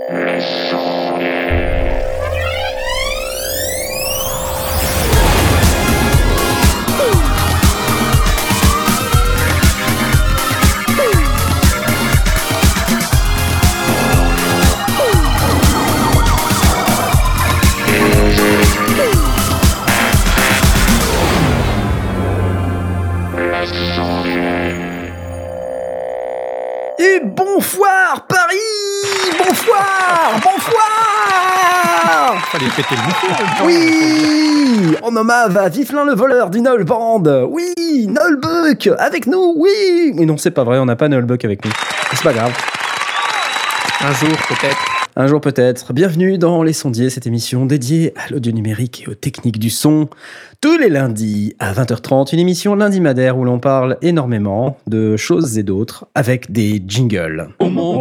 Et bonsoir Paris! Bonsoir! Bonsoir! Fallait péter le micro. Oui! En hommage à Viflin le voleur du Null Band. Oui! Nullbuck avec nous, oui! Mais non, c'est pas vrai, on n'a pas Nullbuck avec nous. C'est pas grave. Un jour, peut-être. Un jour peut-être. Bienvenue dans Les Sondiers, cette émission dédiée à l'audio numérique et aux techniques du son. Tous les lundis à 20h30, une émission lundi madère où l'on parle énormément de choses et d'autres avec des jingles.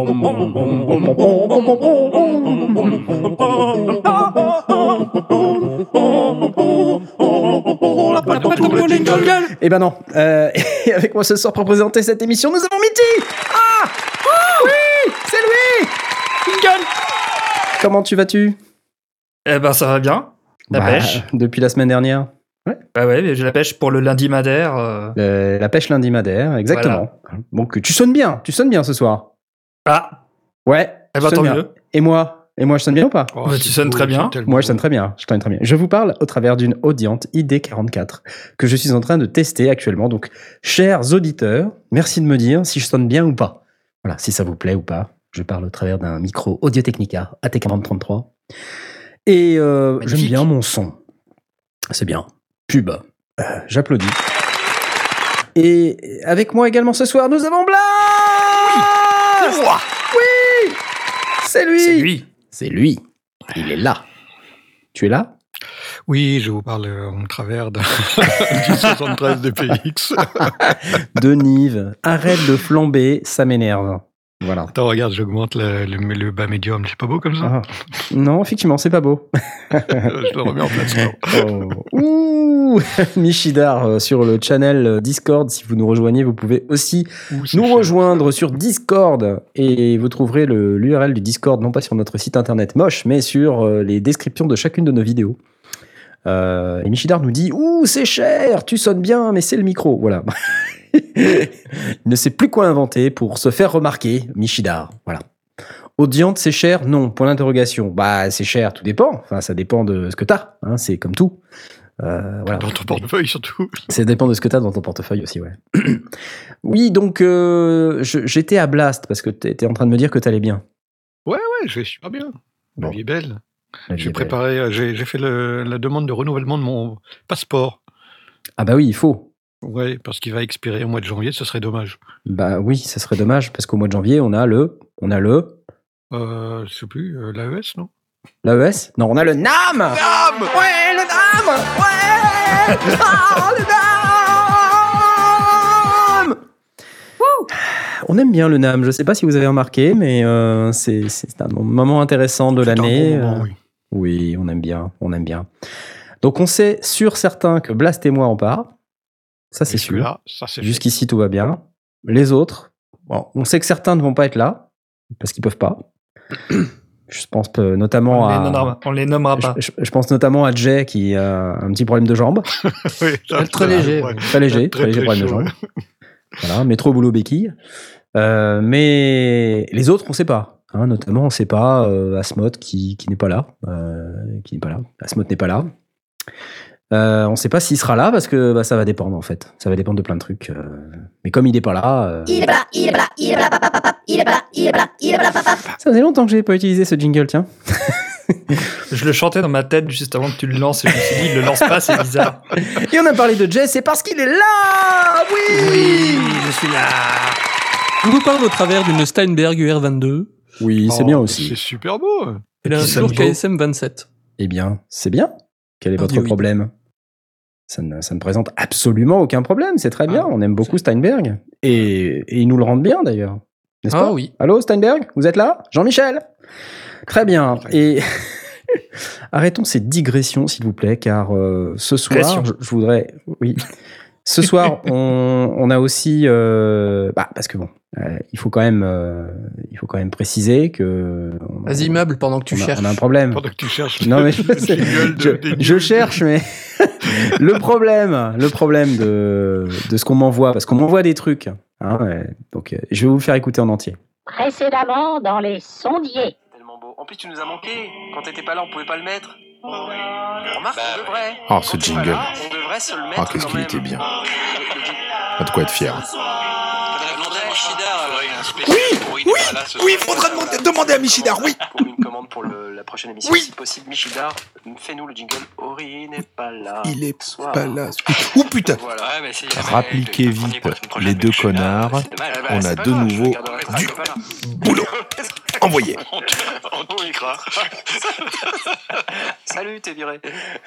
Eh ben non. Et avec moi ce soir pour présenter cette émission, nous avons Mitty. Ah oui, c'est lui. Jingle. Comment vas-tu? Eh ben ça va bien. La pêche. Depuis la semaine dernière. Ouais. Bah ouais, j'ai la pêche pour le lundi madère. La pêche lundi madère, exactement. Voilà. Donc tu sonnes bien ce soir. Ah. Ouais. Eh ben tant bien. mieux. Et moi je sonne bien ou pas? Oh, tu sonnes très bien. Moi je sonne très bien. Je vous parle au travers d'une Audiante ID44 que je suis en train de tester actuellement. Donc, chers auditeurs, merci de me dire si je sonne bien ou pas. Voilà, si ça vous plaît ou pas. Je parle au travers d'un micro Audio-Technica AT4033. Et j'aime bien mon son. C'est bien. Pub. J'applaudis. Et avec moi également ce soir, nous avons Blas. Oui, c'est moi. Oui, c'est lui. C'est lui. C'est lui. Il est là. Tu es là? Oui, je vous parle au travers du 73 DPX. De Nive. Arrête de flamber, ça m'énerve. Voilà. Attends, regarde, j'augmente le bas médium. C'est pas beau comme ça? Non, effectivement, c'est pas beau. Je le remets en place. Ouh, Michidar sur le channel Discord. Si vous nous rejoignez, vous pouvez aussi nous rejoindre sur Discord. Et vous trouverez l'URL du Discord, non pas sur notre site internet moche, mais sur les descriptions de chacune de nos vidéos. Et Michidar nous dit « Ouh, c'est cher, tu sonnes bien, mais c'est le micro. » Voilà. Il ne sait plus quoi inventer pour se faire remarquer, Michidar. Voilà. Audiente, c'est cher? Non. Point d'interrogation. Bah, c'est cher, tout dépend. Enfin, ça dépend de ce que t'as. Hein, c'est comme tout. Voilà. Dans ton portefeuille, surtout. Ça dépend de ce que t'as dans ton portefeuille aussi, ouais. Oui, donc, j'étais à Blast parce que t'étais en train de me dire que t'allais bien. Ouais, je vais super bien. La vie est belle. J'ai fait la demande de renouvellement de mon passeport. Ah bah oui, il faut. Ouais, parce qu'il va expirer au mois de janvier, ce serait dommage. Bah oui, ça serait dommage, parce qu'au mois de janvier, on a le... Je sais plus, l'AES, non? L'AES? Non, on a le NAM! NAM! Ouais, le NAM! Ouais! Ah, le NAM! Wouh! On aime bien le NAM, je sais pas si vous avez remarqué, mais c'est un moment intéressant de l'année. Moment, oui. Oui, on aime bien. Donc on sait sur certains que Blast et moi en part. Ça, c'est sûr. Là, ça, c'est Jusqu'ici, tout va bien. Les autres, bon, on sait que certains ne vont pas être là, parce qu'ils peuvent pas. Je pense notamment on les nommera pas. Je pense notamment à Jay qui a un petit problème de jambe. Oui, très léger. Très léger problème de jambe. Voilà, métro, boulot, béquille. Mais les autres, on sait pas. Hein, notamment, on sait pas Asmod qui n'est pas là. Asmod n'est pas là. On sait pas s'il sera là parce que ça va dépendre en fait. Ça va dépendre de plein de trucs. Mais comme il est pas là... Il est pas là. Ça faisait longtemps que j'ai pas utilisé ce jingle, tiens. Je le chantais dans ma tête juste avant que tu le lances et je me suis dit, il le lance pas, c'est bizarre. Et on a parlé de Jay, c'est parce qu'il est là. Oui, je suis là. Je vous parle au travers d'une Steinberg UR22. Oui, c'est bien aussi. C'est super beau. Elle a un tour KSM 27. Eh bien, c'est bien. Quel est votre problème? Ça ne présente absolument aucun problème, c'est très bien. On aime beaucoup Steinberg. Et ils nous le rendent bien d'ailleurs. N'est-ce pas? Oui. Allô, Steinberg? Vous êtes là? Jean-Michel? Très bien. Et arrêtons ces digressions, s'il vous plaît, car ce soir, je voudrais... Oui. Ce soir, on a aussi, parce que bon, il faut quand même préciser que. Vas-y, meuble pendant que tu cherches. On a un problème. Pendant que tu cherches. Non mais je cherche, mais le problème de ce qu'on m'envoie, parce qu'on m'envoie des trucs. Donc, je vais vous le faire écouter en entier. Précédemment dans les sondiers. Tellement beau. En plus, tu nous as manqué. Quand t'étais pas là, on pouvait pas le mettre. Remarque, on devrait. Oh, ce jingle. Là, on devrait se le mettre. Ah, qu'est-ce qu'il était bien. Pas de quoi être fier. Oui, faudra demander à Michidar, oui. Pour une commande pour la prochaine émission, si possible, Michidar, fais-nous le jingle. Ori n'est pas là. Il est pas là. Oh putain. Voilà. Rappliquez vite les deux connards. On a de nouveau du boulot. Envoyé. On y croit. Salut, t'es viré.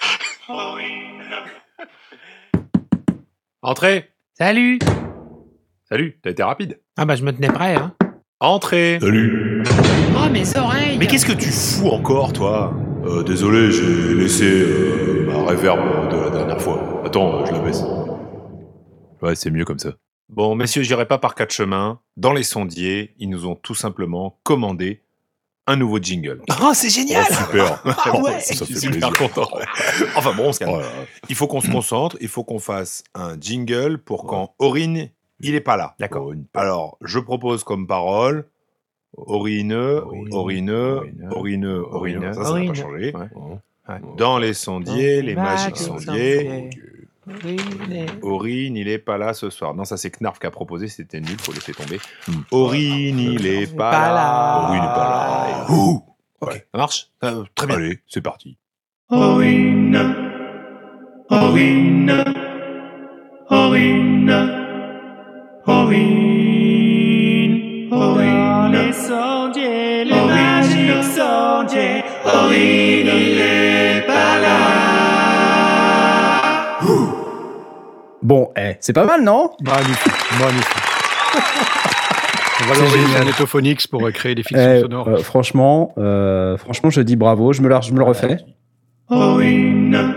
Entrez. Salut. Salut, t'as été rapide. Ah bah je me tenais prêt, hein. Entrez. Salut. Oh, mes oreilles. Mais qu'est-ce que tu fous encore, toi? Désolé, j'ai laissé ma réverb de la dernière fois. Attends, je la baisse. Ouais, c'est mieux comme ça. Bon, messieurs, j'irai pas par quatre chemins. Dans les sondiers, ils nous ont tout simplement commandé un nouveau jingle. Oh, c'est génial. Oh, super. Ouais. Ça fait Super plaisir. Content. Enfin bon, on se calme. Voilà. Il faut qu'on se concentre, il faut qu'on fasse un jingle pour quand Aurine, il est pas là. D'accord. Alors, je propose comme parole Aurine. Ça n'a pas changé. Ouais. Dans les sondiers, les magiques sondiers. Aurine, il est pas là ce soir. Non, ça c'est Knarf qui a proposé, c'était nul, faut laisser tomber. Aurine, il est pas là. Aurine n'est pas là. Ouh. Ok. Ouais. Ça marche Très bien. Allez, c'est parti. Aurine. Les sondiers, les magiques sondiers. Aurine, il est pas là. Bon, c'est pas mal, non? Magnifique. On va lancer un Netophonix pour créer des fictions sonores. Franchement, je dis bravo, je me le refais. Aurine.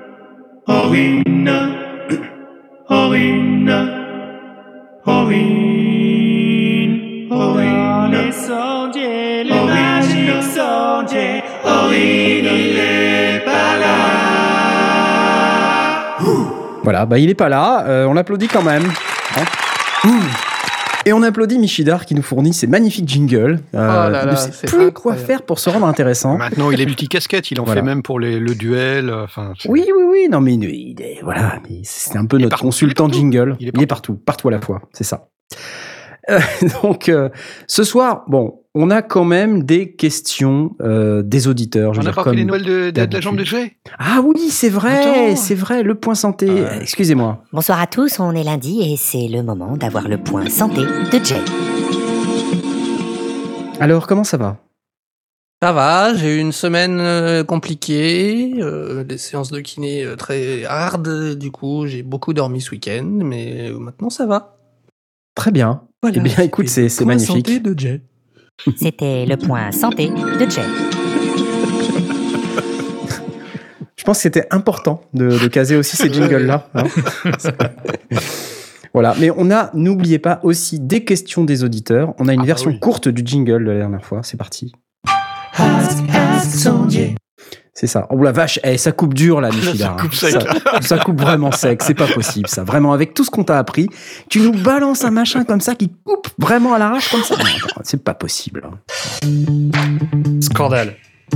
Les sondiers, les magiques sondiers. Aurine, il est pas là. Voilà, il est pas là, on l'applaudit quand même. Et on applaudit Michidar qui nous fournit ces magnifiques jingles. Il ne sait plus quoi faire pour se rendre intéressant. Maintenant, il est multi-casquette, il en fait même pour le duel. Oui, non, mais voilà, c'est un peu notre consultant jingle. Il est partout à la fois, c'est ça. Donc, ce soir, on a quand même des questions des auditeurs. On n'a pas fait les Noëls de la jambe de Jay. Ah oui, c'est vrai, le point santé. Excusez-moi. Bonsoir à tous, on est lundi et c'est le moment d'avoir le point santé de Jay. Alors, comment ça va ? Ça va, j'ai eu une semaine compliquée, des séances de kiné très hard, du coup j'ai beaucoup dormi ce week-end, mais maintenant ça va. Très bien. Voilà, eh bien, écoute, c'est magnifique. Santé de Jay. C'était le point santé de Jay. Je pense que c'était important de caser aussi ces jingles-là. Hein. Voilà, mais n'oubliez pas aussi des questions des auditeurs. On a une version courte du jingle de la dernière fois. C'est parti. C'est ça. Oh la vache, ça coupe dur là, Michidar. Ça coupe vraiment sec, c'est pas possible ça. Vraiment, avec tout ce qu'on t'a appris, tu nous balances un machin comme ça qui coupe vraiment à l'arrache comme ça. Non, c'est pas possible. Scandale.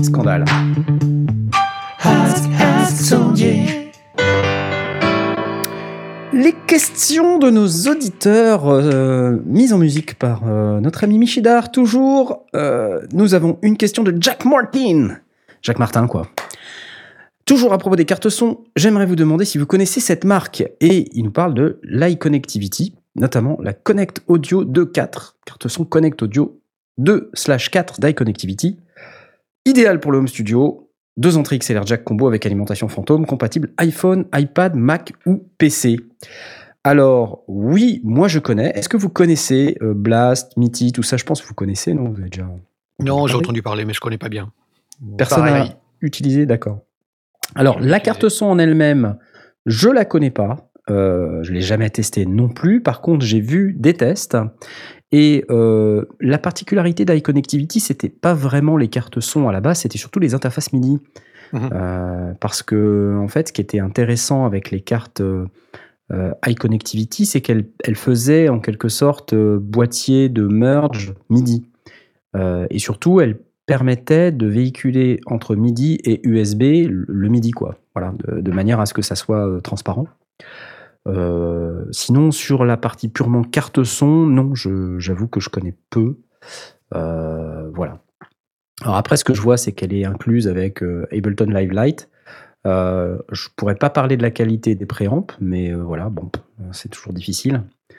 Les questions de nos auditeurs, mises en musique par notre ami Michidar, toujours. Nous avons une question de Jack Martin, quoi. Toujours à propos des cartes son, j'aimerais vous demander si vous connaissez cette marque. Et il nous parle de l'iConnectivity, notamment la Connect Audio 2.4, carte son Connect Audio 2/4 d'iConnectivity. Idéal pour le home studio, 2 entrées XLR jack combo avec alimentation fantôme, compatible iPhone, iPad, Mac ou PC. Alors, oui, moi je connais. Est-ce que vous connaissez Blast, MIDI, tout ça? Je pense que vous connaissez, non? Vous avez déjà... Non, j'ai entendu parler, mais je connais pas bien. Personne n'a utilisé, d'accord. Alors, la carte son en elle-même, je la connais pas. Je l'ai jamais testé non plus. Par contre, j'ai vu des tests. Et la particularité d'iConnectivity, c'était pas vraiment les cartes son à la base, c'était surtout les interfaces MIDI. Parce que, en fait, ce qui était intéressant avec les cartes iConnectivity, c'est qu'elles faisaient en quelque sorte boîtier de merge MIDI. Et surtout, elles permettaient de véhiculer entre MIDI et USB le MIDI, quoi. Voilà, de manière à ce que ça soit transparent. Sinon, sur la partie purement carte son, non, j'avoue que je connais peu. Voilà. Alors après, ce que je vois, c'est qu'elle est incluse avec Ableton Live Lite. Je pourrais pas parler de la qualité des préamps, mais voilà, bon, c'est toujours difficile.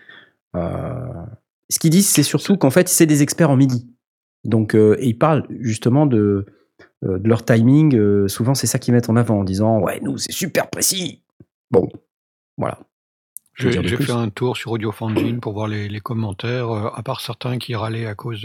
Ce qu'ils disent, c'est surtout qu'en fait, c'est des experts en MIDI. Donc, et ils parlent justement de leur timing. Souvent, c'est ça qu'ils mettent en avant en disant « Ouais, nous, c'est super précis !» Bon, voilà. J'ai fait un tour sur Audio Engine pour voir les commentaires, à part certains qui râlaient à cause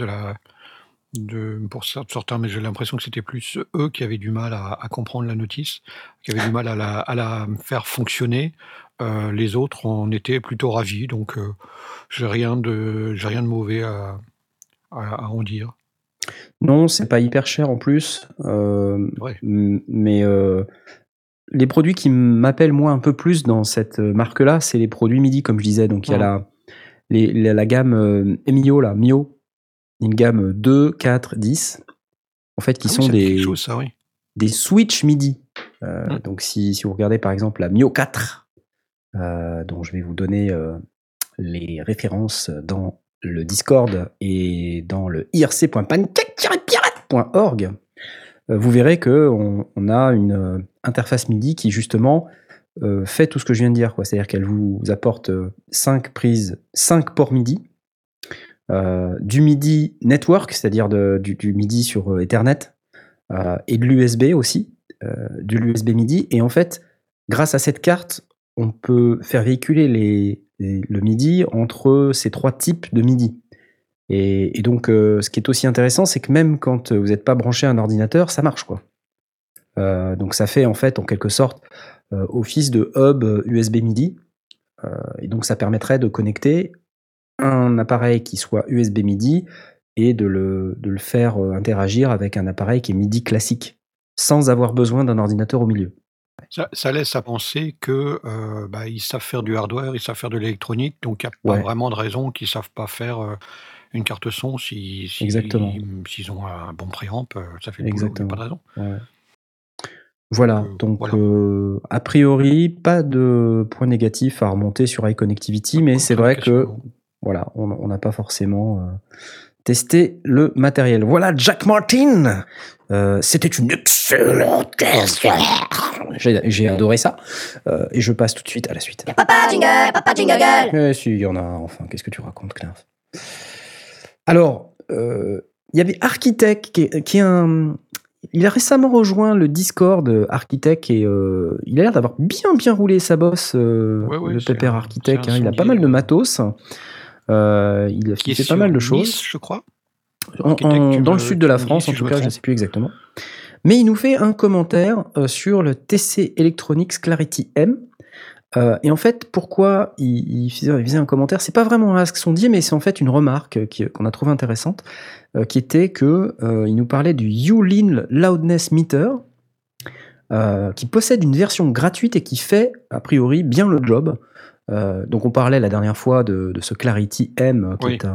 pour certains, mais j'ai l'impression que c'était plus eux qui avaient du mal à comprendre la notice, qui avaient du mal à la faire fonctionner. Les autres en étaient plutôt ravis, donc j'ai rien de mauvais à en dire. Non, c'est pas hyper cher en plus, Ouais. mais les produits qui m'appellent moi un peu plus dans cette marque-là, c'est les produits MIDI, comme je disais. Donc il y a la gamme Mio, là, Mio, une gamme 2, 4, 10, en fait, qui sont des switch MIDI. Donc si vous regardez par exemple la Mio 4, dont je vais vous donner les références dans le Discord et dans le irc.pancake-pirate.org, vous verrez qu'on a une interface MIDI qui justement fait tout ce que je viens de dire, quoi. C'est-à-dire qu'elle vous apporte 5 ports MIDI, du MIDI network, c'est-à-dire du MIDI sur Ethernet, et de l'USB aussi, de l'USB MIDI. Et en fait, grâce à cette carte, on peut faire véhiculer le MIDI entre ces 3 types de MIDI. Et donc, ce qui est aussi intéressant, c'est que même quand vous n'êtes pas branché à un ordinateur, ça marche, quoi. Donc ça fait en fait, en quelque sorte, office de hub USB MIDI. Et donc ça permettrait de connecter un appareil qui soit USB MIDI et de le faire interagir avec un appareil qui est MIDI classique, sans avoir besoin d'un ordinateur au milieu. Ça laisse à penser que ils savent faire du hardware, ils savent faire de l'électronique, donc il n'y a pas vraiment de raison qu'ils ne savent pas faire une carte son s'ils ont un bon préamp, ça fait le boulot, il n'y a pas de raison. Ouais. Voilà, donc a priori, pas de points négatifs à remonter sur iConnectivity, mais c'est vrai que voilà, on n'a pas forcément testé le matériel. Voilà, Jack Martin, c'était une excellente question. J'ai adoré ça, et je passe tout de suite à la suite. Papa jingle. Si, il y en a, enfin, qu'est-ce que tu racontes, Knarf? Alors, il y avait Architect qui est un... Il a récemment rejoint le Discord Architect et il a l'air d'avoir bien roulé sa bosse, le pépère Architect. Il a pas mal de matos. Il fait pas mal de choses. Nice, je crois. Dans le sud de la France, en tout cas, je ne sais plus exactement. Mais il nous fait un commentaire sur le TC Electronics Clarity M. Et en fait, pourquoi il faisait un commentaire? C'est pas vraiment un Ask Sondier, mais c'est en fait une remarque qu'on a trouvée intéressante, qui était que il nous parlait du Yulin Loudness Meter, qui possède une version gratuite et qui fait a priori bien le job. Donc on parlait la dernière fois de ce Clarity M, qui est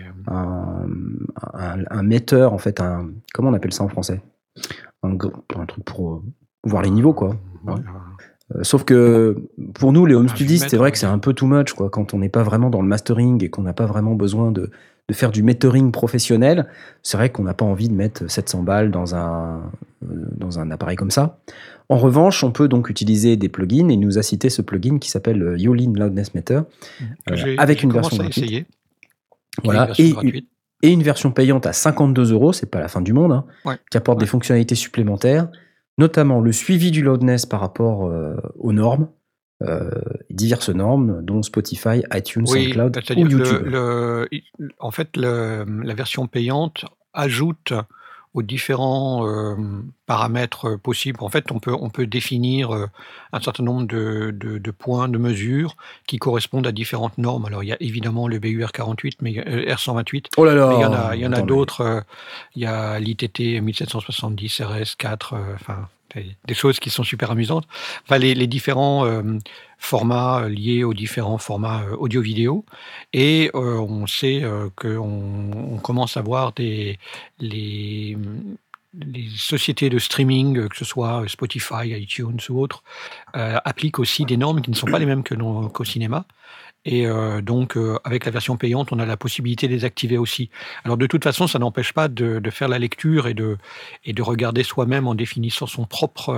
un metteur, en fait, comment on appelle ça en français? Un truc pour voir les niveaux, quoi. Ouais. Sauf que pour nous, les home studistes, c'est vrai que c'est un peu too much, quoi, quand on n'est pas vraiment dans le mastering et qu'on n'a pas vraiment besoin de faire du metering professionnel. C'est vrai qu'on n'a pas envie de mettre 700 balles dans un appareil comme ça. En revanche, on peut donc utiliser des plugins, et il nous a cité ce plugin qui s'appelle Yulin Loudness Meter, avec une version gratuite. Voilà, et une version payante à 52 €, c'est pas la fin du monde, hein, qui apporte des fonctionnalités supplémentaires, notamment le suivi du loudness par rapport aux normes, diverses normes, dont Spotify, iTunes, SoundCloud ou YouTube. En fait, la version payante ajoute aux différents paramètres possibles. En fait, on peut définir un certain nombre de points de mesure qui correspondent à différentes normes. Alors, il y a évidemment le BUR 48, mais R128. Oh là là. Mais il y en a d'autres. Il y a l'ITT 1770, RS4. Enfin, des choses qui sont super amusantes. Enfin, les différents formats liés aux différents formats audio-vidéo. Et on sait qu'on commence à voir les sociétés de streaming, que ce soit Spotify, iTunes ou autres, appliquent aussi des normes qui ne sont pas les mêmes qu'au cinéma. Et donc, avec la version payante, on a la possibilité de les activer aussi. Alors, de toute façon, ça n'empêche pas de faire la lecture et de regarder soi-même en définissant son propre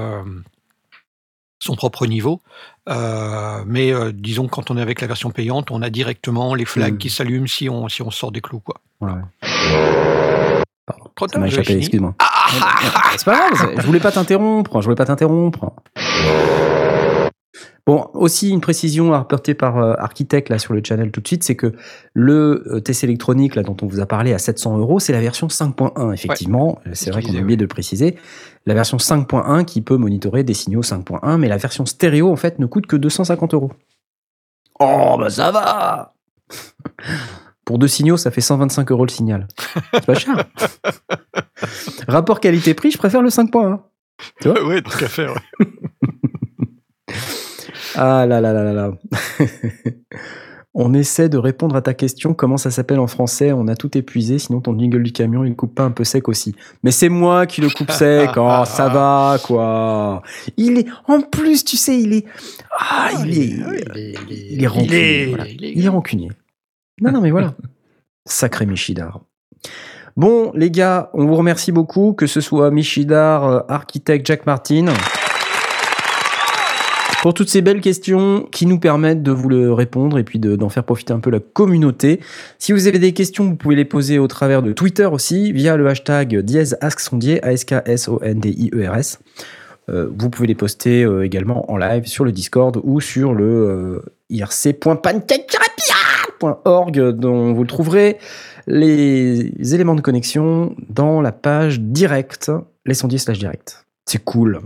niveau. Mais disons que quand on est avec la version payante, on a directement les flags qui s'allument si on sort des clous, quoi. Ouais. Trop Ça tard, m'a j'avais échappé, fini. excuse-moi. C'est pas grave, je voulais pas t'interrompre. Bon, aussi une précision à reporter par Architect là sur le channel tout de suite, c'est que le test électronique là dont on vous a parlé à 700 €, c'est la version 5.1 effectivement. Ouais, c'est vrai qu'on a oublié de le préciser. La version 5.1 qui peut monitorer des signaux 5.1, mais la version stéréo en fait ne coûte que 250 €. Oh bah ça va. Pour 2 signaux, ça fait 125 € le signal. C'est pas cher. Rapport qualité-prix, je préfère le 5.1. Tu vois ? Ouais, tout à fait. Ouais. Ah là là là là là. On essaie de répondre à ta question, comment ça s'appelle en français, on a tout épuisé, sinon ton jingle du camion, il coupe pas un peu sec aussi. Mais c'est moi qui le coupe sec, oh ça va quoi. Il est, en plus tu sais, il est rancunier. Voilà. Il est rancunier. Non mais voilà. Sacré Michidar. Bon les gars, on vous remercie beaucoup, que ce soit Michidar, Architect, Jack Martin, pour toutes ces belles questions qui nous permettent de vous le répondre et puis d'en faire profiter un peu la communauté. Si vous avez des questions, vous pouvez les poser au travers de Twitter aussi, via le hashtag #AskSondier, ASKSONDIERS. Vous pouvez les poster également en live sur le Discord ou sur le irc.pancaketherapia.org, dont vous le trouverez les éléments de connexion dans la page direct, les sondiers /direct. C'est cool.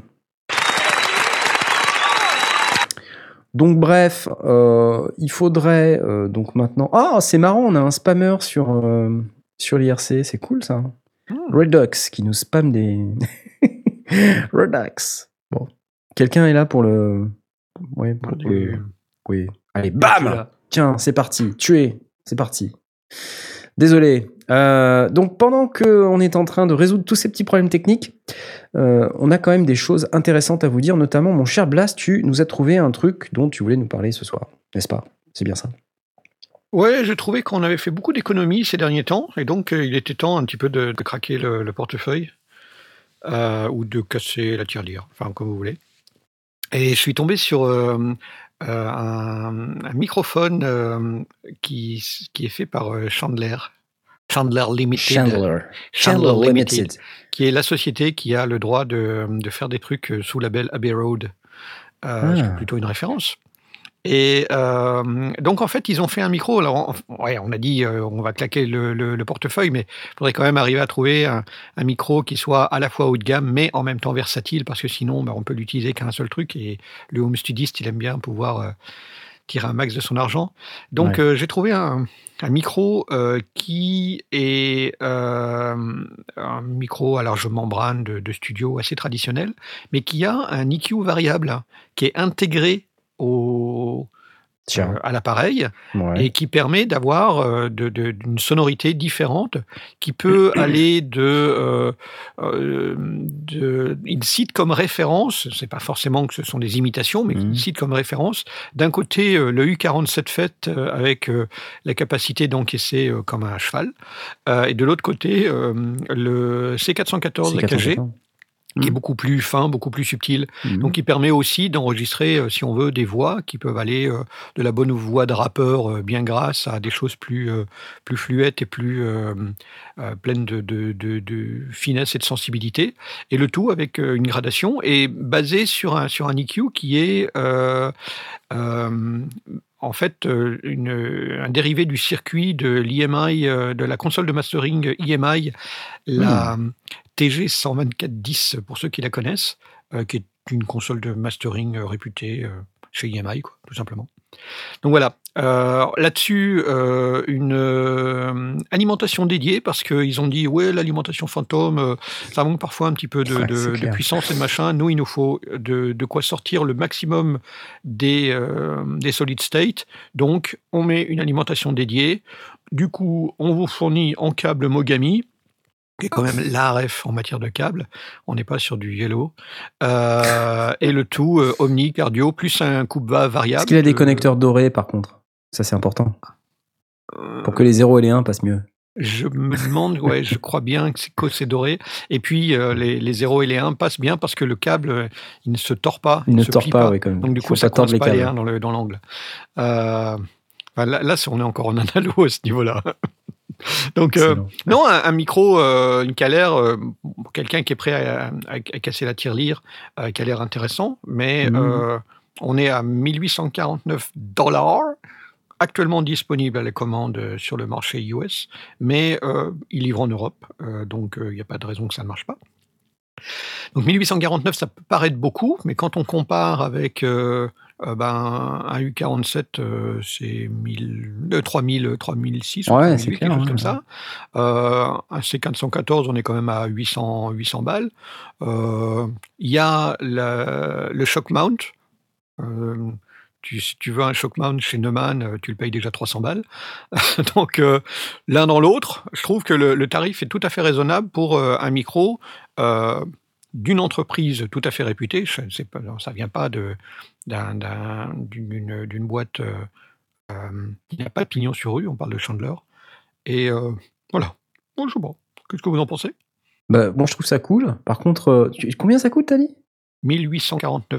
Donc bref, il faudrait donc maintenant... Ah, c'est marrant, on a un spammer sur l'IRC, c'est cool ça. Redux qui nous spamme des... Redux. Bon. Quelqu'un est là pour le... Ouais, pour le... Oui. Allez, bam. Tiens, c'est parti. Tué. C'est parti. Désolé. Donc pendant qu'on est en train de résoudre tous ces petits problèmes techniques, on a quand même des choses intéressantes à vous dire, notamment mon cher Blast, tu nous as trouvé un truc dont tu voulais nous parler ce soir, n'est-ce pas ? C'est bien ça ? Ouais, je trouvais qu'on avait fait beaucoup d'économies ces derniers temps, et donc il était temps un petit peu de craquer le portefeuille, ou de casser la tirelire, enfin comme vous voulez. Et je suis tombé sur un microphone qui est fait par Chandler Limited. Chandler Limited, qui est la société qui a le droit de faire des trucs sous label Abbey Road. C'est plutôt une référence. Et donc en fait ils ont fait un micro. Alors on a dit on va claquer le portefeuille, mais il faudrait quand même arriver à trouver un micro qui soit à la fois haut de gamme mais en même temps versatile, parce que sinon on peut l'utiliser qu'un seul truc, et le home studiste il aime bien pouvoir tirer un max de son argent. Donc j'ai trouvé un micro qui est un micro à large membrane de studio assez traditionnel, mais qui a un EQ variable qui est intégré à l'appareil, et qui permet d'avoir d'une sonorité différente, qui peut aller il cite comme référence, c'est pas forcément que ce sont des imitations, mais il cite comme référence d'un côté le U47 FET avec la capacité d'encaisser comme un cheval, et de l'autre côté le C414 AKG, qui est beaucoup plus fin, beaucoup plus subtil. Donc, il permet aussi d'enregistrer, si on veut, des voix qui peuvent aller de la bonne voix de rappeur bien grasse à des choses plus fluettes et plus pleines de finesse et de sensibilité. Et le tout avec une gradation, et basé sur un EQ qui est... en fait, un dérivé du circuit de l'EMI, de la console de mastering EMI, la TG12410 pour ceux qui la connaissent, qui est une console de mastering réputée chez EMI, quoi, tout simplement. Donc voilà, là-dessus, une alimentation dédiée parce qu'ils ont dit ouais, l'alimentation Phantom, ça manque parfois un petit peu de puissance et de machin. Nous, il nous faut de quoi sortir le maximum des solid state. Donc, on met une alimentation dédiée. Du coup, on vous fournit en câble Mogami, qui est quand même la ref en matière de câble. On n'est pas sur du yellow. Et le tout omni cardio plus un coupe-bas variable. Est-ce qu'il a des connecteurs dorés par contre? Ça c'est important. Pour que les 0 et les 1 passent mieux. Je me demande, ouais, je crois bien que c'est doré. Et puis les 0 et les 1 passent bien parce que le câble, il ne se tord pas. Il ne se tord pas, oui, quand même. Donc du coup, ça ne coince pas les 1 dans l'angle. Là, on est encore en analo à ce niveau-là. Donc, non, un micro, une calaire, pour quelqu'un qui est prêt à casser la tirelire, qui a l'air intéressant, mais on est à $1849, actuellement disponible à la commande sur le marché US, mais il livre en Europe, donc il n'y a pas de raison que ça ne marche pas. Donc 1849, ça peut paraître beaucoup, mais quand on compare avec un U47, c'est 3000, 3006, ouais, c'est quelque chose comme ça. Ouais. Un C414, on est quand même à 800 balles. Il y a le shock mount. Si tu veux un shock mount chez Neumann, tu le payes déjà 300 balles. Donc, l'un dans l'autre, je trouve que le tarif est tout à fait raisonnable pour un micro d'une entreprise tout à fait réputée. Ça ne vient pas d'une boîte qui n'a pas de pignon sur rue, on parle de Chandler. Et voilà. Bon, je sais pas. Qu'est-ce que vous en pensez? Moi, je trouve ça cool. Par contre, combien ça coûte, t'as dit? $1849.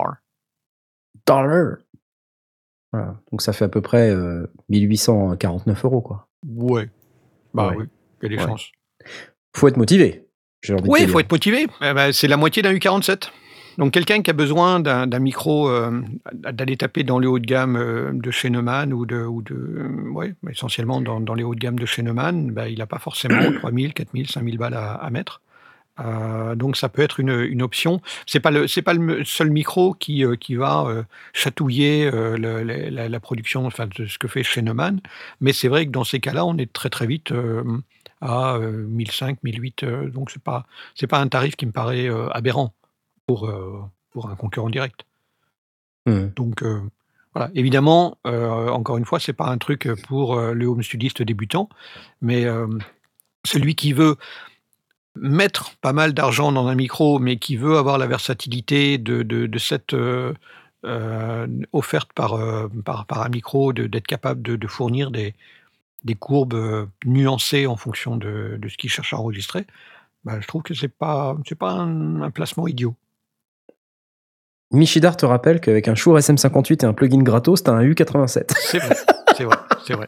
Voilà. Donc ça fait à peu près 1849 €, quoi. Ouais. Oui, il y a des chances. Faut être motivé. Oui, il faut être motivé. C'est la moitié d'un U47. Donc quelqu'un qui a besoin d'un micro, d'aller taper dans les hauts de gamme de chez Neumann essentiellement dans les hauts de gamme de chez Neumann, il n'a pas forcément 3000, 4000, 5000 balles à mettre. Donc ça peut être une option. C'est pas le seul micro qui va chatouiller la production, enfin de ce que fait chez Neumann, mais c'est vrai que dans ces cas-là, on est très très vite à 1500, 1008. Donc c'est pas un tarif qui me paraît aberrant pour un concurrent direct. Donc voilà. Évidemment, encore une fois, c'est pas un truc pour le home studiste débutant, mais celui qui veut mettre pas mal d'argent dans un micro, mais qui veut avoir la versatilité de cette offerte par un micro, d'être capable de fournir des courbes nuancées en fonction de ce qu'il cherche à enregistrer, je trouve que c'est pas un placement idiot. Michidar te rappelle qu'avec un Shure SM58 et un plugin gratos, t'as un U87. C'est vrai.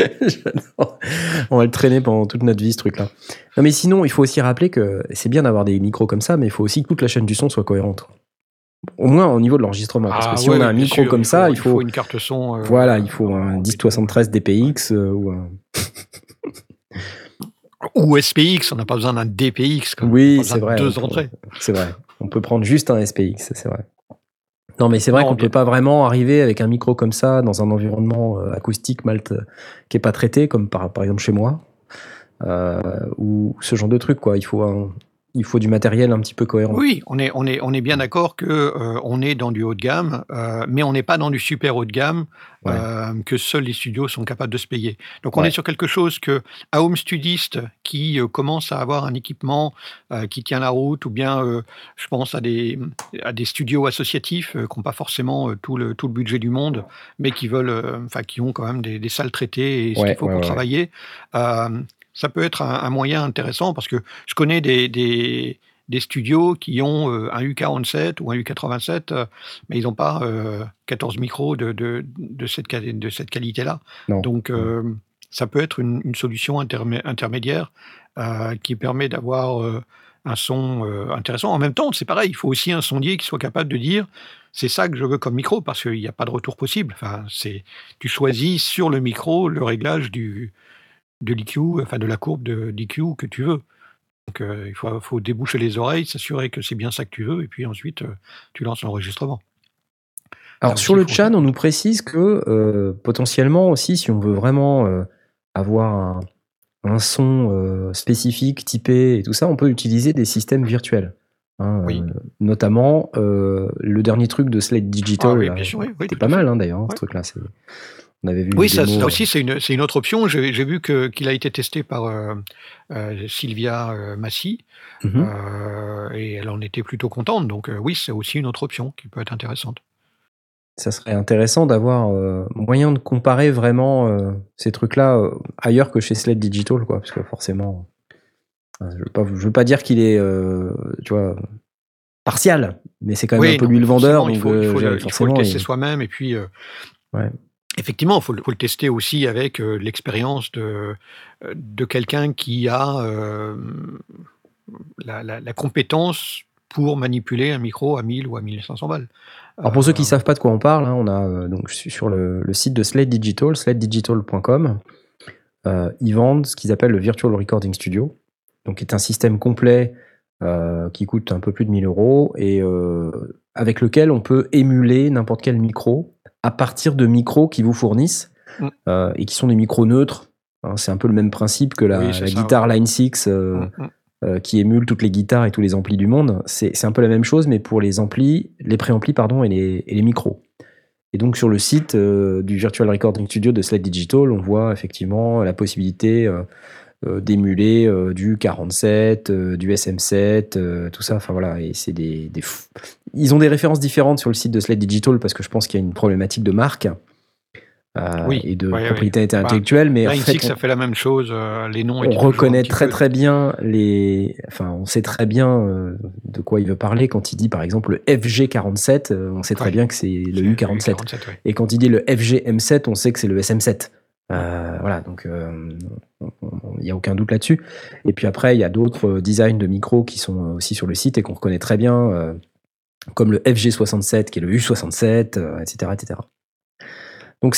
On va le traîner pendant toute notre vie, ce truc-là. Non, mais sinon, il faut aussi rappeler que c'est bien d'avoir des micros comme ça, mais il faut aussi que toute la chaîne du son soit cohérente. Au moins au niveau de l'enregistrement. Parce que si on a un micro comme ça, il faut une carte son. Voilà, il faut un 1073 DPX ou un. Ou SPX, on n'a pas besoin d'un DPX. Oui, c'est vrai. 2 entrées. C'est vrai. On peut prendre juste un SPX, c'est vrai. Non, mais c'est vrai qu'on ne peut pas vraiment arriver avec un micro comme ça dans un environnement acoustique qui n'est pas traité, comme par exemple chez moi, ou ce genre de truc, quoi. Il faut du matériel un petit peu cohérent. Oui, on est bien d'accord que on est dans du haut de gamme, mais on n'est pas dans du super haut de gamme que seuls les studios sont capables de se payer. Donc on est sur quelque chose que un home studiste qui commence à avoir un équipement qui tient la route, ou bien je pense à des studios associatifs qui n'ont pas forcément tout le budget du monde, mais qui veulent, qui ont quand même des salles traitées et ce qu'il faut pour travailler. Ça peut être un moyen intéressant parce que je connais des studios qui ont un U47 ou un U87, mais ils n'ont pas 14 micros de cette qualité-là. Donc, ça peut être une solution intermédiaire qui permet d'avoir un son intéressant. En même temps, c'est pareil, il faut aussi un sondier qui soit capable de dire c'est ça que je veux comme micro, parce qu'il n'y a pas de retour possible. Tu choisis sur le micro le réglage de l'EQ, de la courbe de l'EQ que tu veux. Donc il faut déboucher les oreilles, s'assurer que c'est bien ça que tu veux, et puis ensuite tu lances l'enregistrement. Alors sur le chat, on nous précise que potentiellement aussi, si on veut vraiment avoir un son spécifique, typé et tout ça, on peut utiliser des systèmes virtuels. Hein, Oui. Notamment le dernier truc de Slate Digital, Ah oui, là, bien sûr, oui, c'était tout pas à fait. mal d'ailleurs, ce Ouais. truc-là. On avait vu Oui, une ça démo, aussi, c'est une autre option. J'ai vu qu'il a été testé par Sylvia Massy, Mhm. et elle en était plutôt contente. Donc oui, c'est aussi une autre option qui peut être intéressante. Ça serait intéressant d'avoir moyen de comparer vraiment ces trucs-là ailleurs que chez Slate Digital, quoi, parce que forcément, je veux pas dire qu'il est, tu vois, partial, mais c'est quand même un peu non, lui mais le vendeur, forcément, donc il faut le forcément, tester soi-même. Et puis, ouais. effectivement, il faut le tester aussi avec l'expérience de quelqu'un qui a la compétence pour manipuler un micro à 1000 ou à 1500 balles. Alors pour ceux qui savent pas de quoi on parle, hein, on a donc sur le site de Slate Digital, slatedigital.com, ils vendent ce qu'ils appellent le Virtual Recording Studio, donc qui est un système complet qui coûte un peu plus de 1000 € et avec lequel on peut émuler n'importe quel micro à partir de micros qui vous fournissent et qui sont des micros neutres. Hein, c'est un peu le même principe que la guitare Line 6 qui émule toutes les guitares et tous les amplis du monde. C'est un peu la même chose, mais pour les amplis, les préamplis, pardon, et les micros. Et donc sur le site du Virtual Recording Studio de Slate Digital, on voit effectivement la possibilité d'émuler du 47, du SM7, tout ça. Enfin voilà, et c'est ils ont des références différentes sur le site de Slate Digital parce que je pense qu'il y a une problématique de marque. Et de propriété intellectuelle, mais en fait, ça fait la même chose. Les noms. On reconnaît très bien on sait très bien de quoi il veut parler quand il dit par exemple le FG47. On sait très bien que c'est le U47. Et quand il dit le FGM7, on sait que c'est le SM7. Voilà, donc il n'y a aucun doute là-dessus. Et puis après, il y a d'autres designs de micros qui sont aussi sur le site et qu'on reconnaît très bien, comme le FG67 qui est le U67, etc., etc. Donc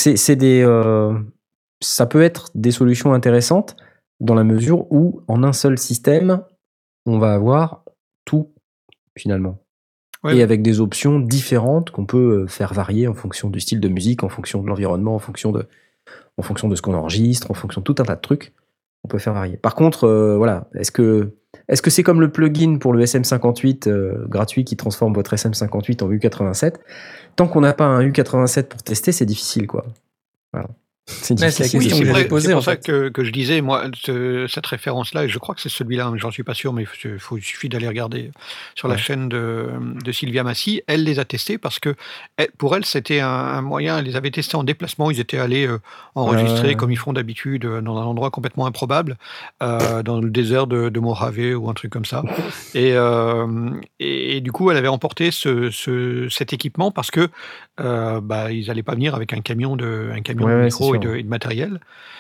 ça peut être des solutions intéressantes dans la mesure où en un seul système, on va avoir tout finalement. Ouais. Et avec des options différentes qu'on peut faire varier en fonction du style de musique, en fonction de l'environnement, en fonction de ce qu'on enregistre, en fonction de tout un tas de trucs, on peut faire varier. Par contre, voilà, est-ce que c'est comme le plugin pour le SM58 gratuit qui transforme votre SM58 en U87 ? Tant qu'on n'a pas un U87 pour tester, c'est difficile, quoi. Voilà. C'est difficile. C'est pour ça que je disais, moi, cette référence-là, et je crois que c'est celui-là, mais j'en suis pas sûr, mais il suffit d'aller regarder sur la chaîne de Sylvia Massy. Elle les a testés parce que pour elle, c'était un moyen. Elle les avait testés en déplacement. Ils étaient allés enregistrer comme ils font d'habitude dans un endroit complètement improbable, dans le désert de Mojave ou un truc comme ça. Et du coup, elle avait emporté cet équipement parce que ils n'allaient pas venir avec un camion de micro et de matériel.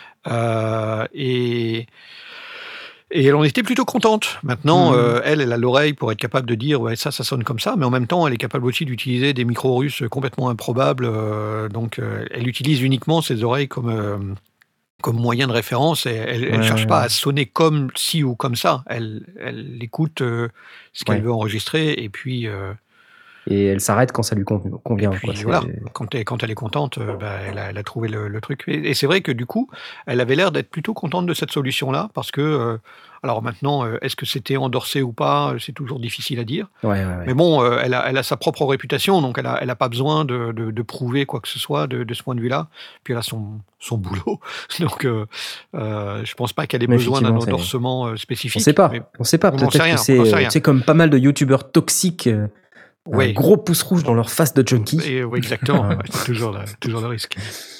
Et elle en était plutôt contente. Maintenant, elle a l'oreille pour être capable de dire ça sonne comme ça, mais en même temps, elle est capable aussi d'utiliser des micros russes complètement improbables. Donc, elle utilise uniquement ses oreilles comme moyen de référence. Et elle ne cherche pas à sonner comme ci ou comme ça. Elle écoute ce qu'elle veut enregistrer et puis... et elle s'arrête quand ça lui convient. Puis, voilà, quand elle est contente, elle a trouvé le truc. Et c'est vrai que du coup, elle avait l'air d'être plutôt contente de cette solution-là, parce que, alors maintenant, est-ce que c'était endorsé ou pas, c'est toujours difficile à dire. Mais bon, elle a sa propre réputation, donc elle a pas besoin de prouver quoi que ce soit de ce point de vue-là. Puis elle a son boulot, donc je pense pas qu'elle ait besoin d'un endorsement spécifique. On sait pas. Peut-être que c'est comme pas mal de youtubeurs toxiques. Un gros pouce rouge dans leur face de junkie. Oui, exactement. C'est toujours le risque.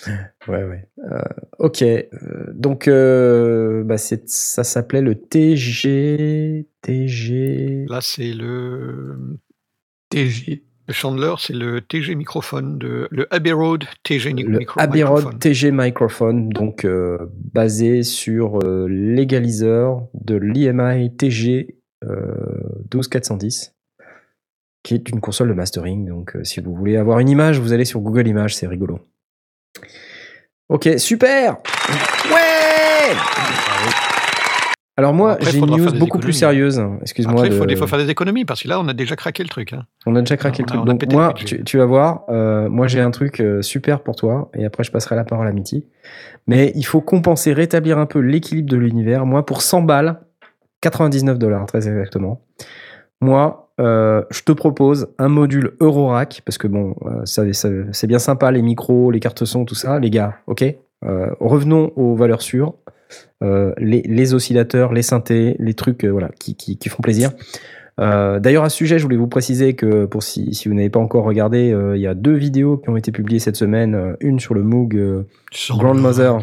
Ok. Donc, ça s'appelait le TG. Là, c'est le TG. Le Chandler, c'est le TG microphone, le Abbey Road TG microphone. Le Abbey Road TG microphone, donc basé sur l'égaliseur de l'EMI TG 12410. Qui est une console de mastering. Donc, si vous voulez avoir une image, vous allez sur Google Images, c'est rigolo. Ok, super. Ouais. Alors moi, Après, j'ai une faudra news faire des beaucoup plus économies. sérieuse. Excuse-moi. Après, il faut faire des économies parce que là, on a déjà craqué le truc. Hein. On a déjà craqué le truc. On a Donc pété moi, le budget. tu vas voir, moi j'ai un truc super pour toi, et après je passerai la parole à Mitty. Mais il faut compenser, rétablir un peu l'équilibre de l'univers. Moi, pour 100 balles, $99 très exactement, moi, je te propose un module Eurorack, parce que bon, c'est bien sympa, les micros, les cartes son, tout ça, les gars, ok. Revenons aux valeurs sûres. Les oscillateurs, les synthés, les trucs voilà, qui font plaisir. D'ailleurs, à ce sujet, je voulais vous préciser que si vous n'avez pas encore regardé, il y a 2 vidéos qui ont été publiées cette semaine. Une sur le Moog Grandmother,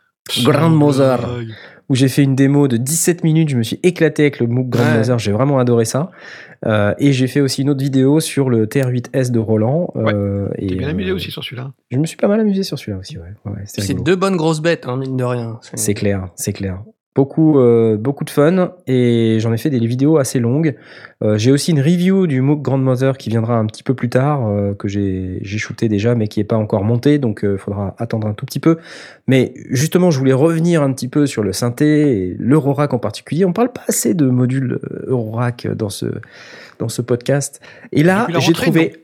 où j'ai fait une démo de 17 minutes. Je me suis éclaté avec le Moog Grandmother, j'ai vraiment adoré ça. Et j'ai fait aussi une autre vidéo sur le TR-8S de Roland. T'es bien amusé aussi sur celui-là. Je me suis pas mal amusé sur celui-là aussi. Ouais, C'est rigolo. 2 bonnes grosses bêtes, hein, mine de rien. C'est clair. Beaucoup de fun, et j'en ai fait des vidéos assez longues. J'ai aussi une review du Moog Grandmother qui viendra un petit peu plus tard, que j'ai shooté déjà, mais qui n'est pas encore monté, donc il faudra attendre un tout petit peu. Mais justement, je voulais revenir un petit peu sur le synthé, et l'Eurorack en particulier. On parle pas assez de modules Eurorack dans ce podcast. Et là, j'ai trouvé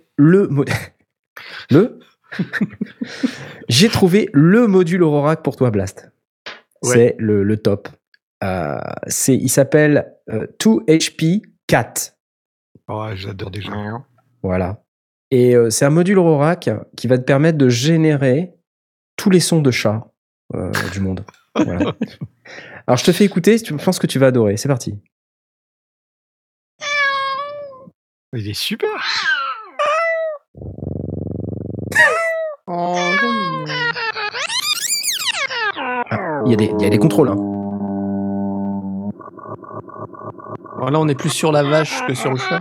j'ai trouvé le module Eurorack pour toi, Blast. Ouais. C'est le top. Il s'appelle 2HP 4. Ouais, j'adore déjà. Voilà. Et c'est un module Eurorack qui va te permettre de générer tous les sons de chat du monde. Voilà. Alors je te fais écouter, je pense que tu vas adorer. C'est parti. Il est super. Il y a des contrôles. Hein. Alors là, on est plus sur la vache que sur le chat.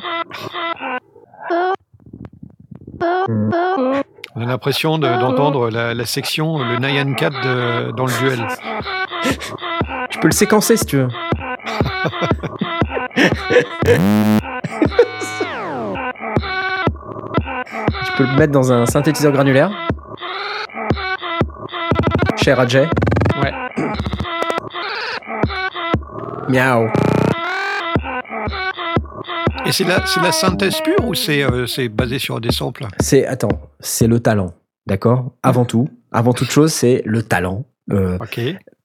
On a l'impression d'entendre la section, le Nyan 4 dans le duel. Je peux le séquencer si tu veux. Tu peux le mettre dans un synthétiseur granulaire. Cher à Jay. Ouais. Miaou. Et c'est la synthèse pure ou c'est basé sur des samples? C'est le talent, d'accord? Avant toute chose, c'est le talent. Ok.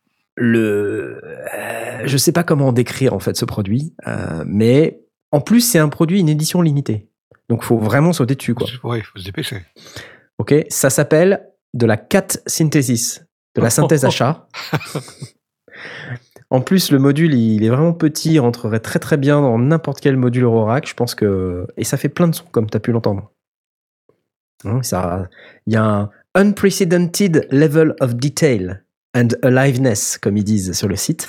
Je sais pas comment décrire en fait ce produit, mais en plus c'est un produit, une édition limitée. Donc faut vraiment sauter dessus, quoi. Ouais, il faut se dépêcher. Ok, ça s'appelle de la cat synthesis, de la synthèse à chat. En plus, le module, il est vraiment petit, il rentrerait très très bien dans n'importe quel module Eurorack, je pense que... Et ça fait plein de sons, comme tu as pu l'entendre. Il y a un unprecedented level of detail and aliveness, comme ils disent sur le site.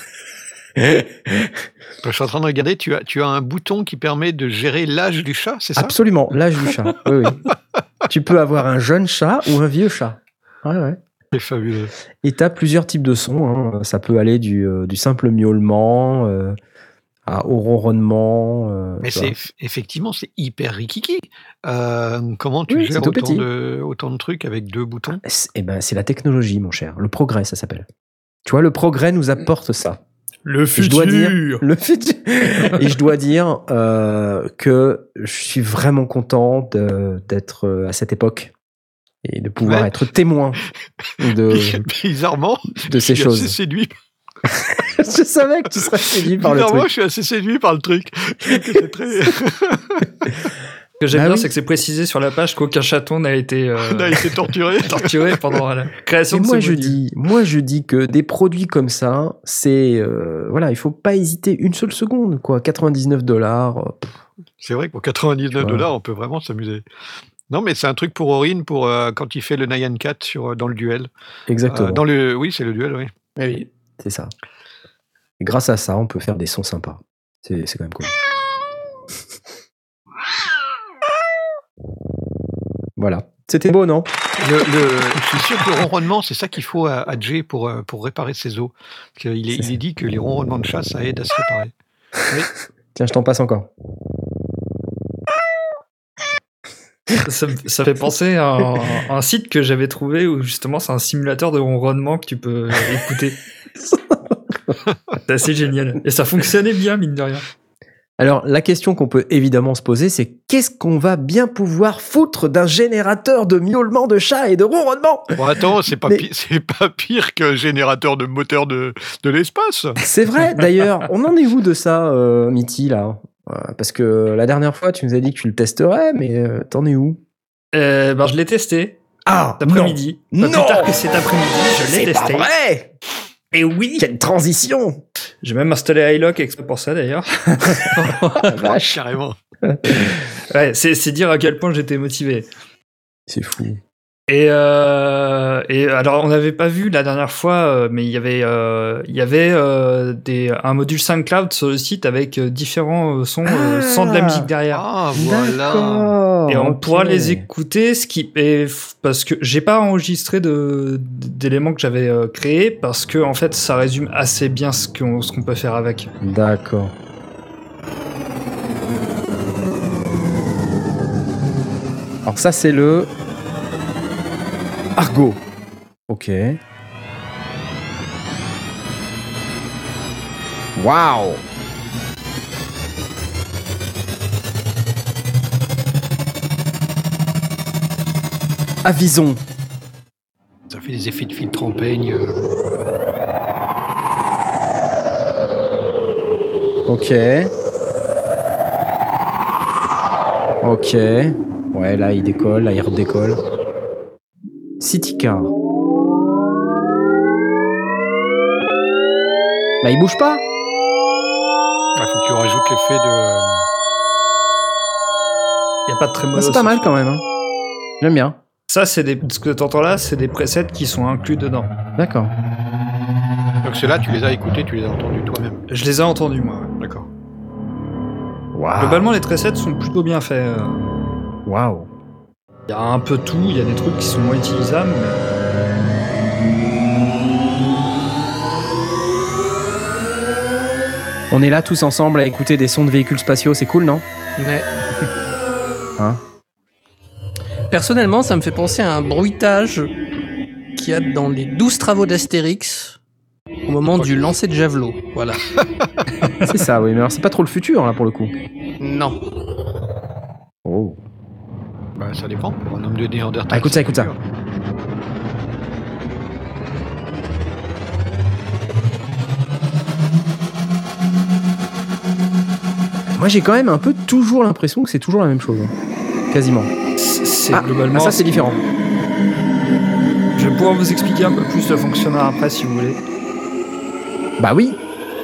Je suis en train de regarder, tu as un bouton qui permet de gérer l'âge du chat, c'est ça? Absolument, l'âge du chat. Oui. Tu peux avoir un jeune chat ou un vieux chat. Ouais. C'est fabuleux. Et tu as plusieurs types de sons. Hein. Ça peut aller du simple miaulement au ronronnement. Mais effectivement, c'est hyper rikiki. Comment tu gères autant de trucs avec 2 boutons? C'est la technologie, mon cher. Le progrès, ça s'appelle. Tu vois, le progrès nous apporte ça. Le futur. Le futur. Et je dois dire que je suis vraiment content d'être à cette époque et de pouvoir être témoin bizarrement de ces choses. Je suis assez séduit. Je savais que tu serais séduit par le truc. Bizarrement, je suis assez séduit par le truc. C'est très... Ce que j'aime bien, c'est que c'est précisé sur la page qu'aucun chaton n'a été torturé pendant la création de ce module. Moi, je dis que des produits comme ça, c'est il faut pas hésiter une seule seconde, quoi. $99. C'est vrai que pour $99, on peut vraiment s'amuser. Non, mais c'est un truc pour Aurine, pour quand il fait le Nyan 4 dans le duel. Exactement. Oui, c'est le duel, oui. Oui, c'est ça. Et grâce à ça, on peut faire des sons sympas. C'est quand même cool. Voilà. C'était beau, non? Je suis sûr que le ronronnement, c'est ça qu'il faut à Jay pour réparer ses os. Il est dit que les ronronnements de chat, ça aide à se réparer. Oui. Tiens, je t'en passe encore. Ça fait penser à un site que j'avais trouvé où justement c'est un simulateur de ronronnement que tu peux écouter. C'est assez génial. Et ça fonctionnait bien, mine de rien. Alors, la question qu'on peut évidemment se poser, c'est qu'est-ce qu'on va bien pouvoir foutre d'un générateur de miaulement de chat et de ronronnement ? Bon, attends, c'est pas pire qu'un générateur de moteur de l'espace. C'est vrai, d'ailleurs. On en est où de ça, Mitty, là ? Parce que la dernière fois, tu nous as dit que tu le testerais, mais t'en es où ? Je l'ai testé. Ah, cet après-midi. Pas plus tard que cet après-midi, je l'ai testé. C'est pas vrai ! Et oui, quelle transition! J'ai même installé iLock exprès pour ça d'ailleurs. Vache, carrément. Ouais, c'est dire à quel point j'étais motivé. C'est fou. Et alors on n'avait pas vu la dernière fois, mais il y avait un module SoundCloud sur le site avec différents sons sans de la musique derrière. Ah voilà. Et on pourra les écouter, parce que j'ai pas enregistré d'éléments que j'avais créés, parce que en fait ça résume assez bien ce qu'on peut faire avec. D'accord. Alors ça c'est le Argo. Ok. Waouh. Avison. Ça fait des effets de filtre en peigne. Ok. Ok. Ouais, là il décolle, là il redécolle. City Car. Bah il bouge pas. Il faut que tu rajoutes l'effet de... Il n'y a pas de trémolo. C'est pas mal quand même. Hein. J'aime bien. Ça, ce que tu entends là, c'est des presets qui sont inclus dedans. D'accord. Donc ceux-là, tu les as écoutés, tu les as entendus toi-même. Je les ai entendus, moi. D'accord. Wow. Globalement, les presets sont plutôt bien faits. Waouh. Il y a un peu tout, il y a des trucs qui sont moins utilisables, mais... On est là tous ensemble à écouter des sons de véhicules spatiaux, c'est cool, non ? Ouais. Hein ? Personnellement, ça me fait penser à un bruitage qu'il y a dans les 12 travaux d'Astérix au moment du lancer de javelot. Voilà. C'est ça, oui, mais alors c'est pas trop le futur, là, pour le coup. Non. Oh. Bah, ça dépend. Pour un homme de Néandertal. Ah, écoute ça, écoute ça. Moi, j'ai quand même un peu toujours l'impression que c'est toujours la même chose. Quasiment. C'est globalement... ça, c'est différent. Je vais pouvoir vous expliquer un peu plus le fonctionnement après, si vous voulez. Bah oui.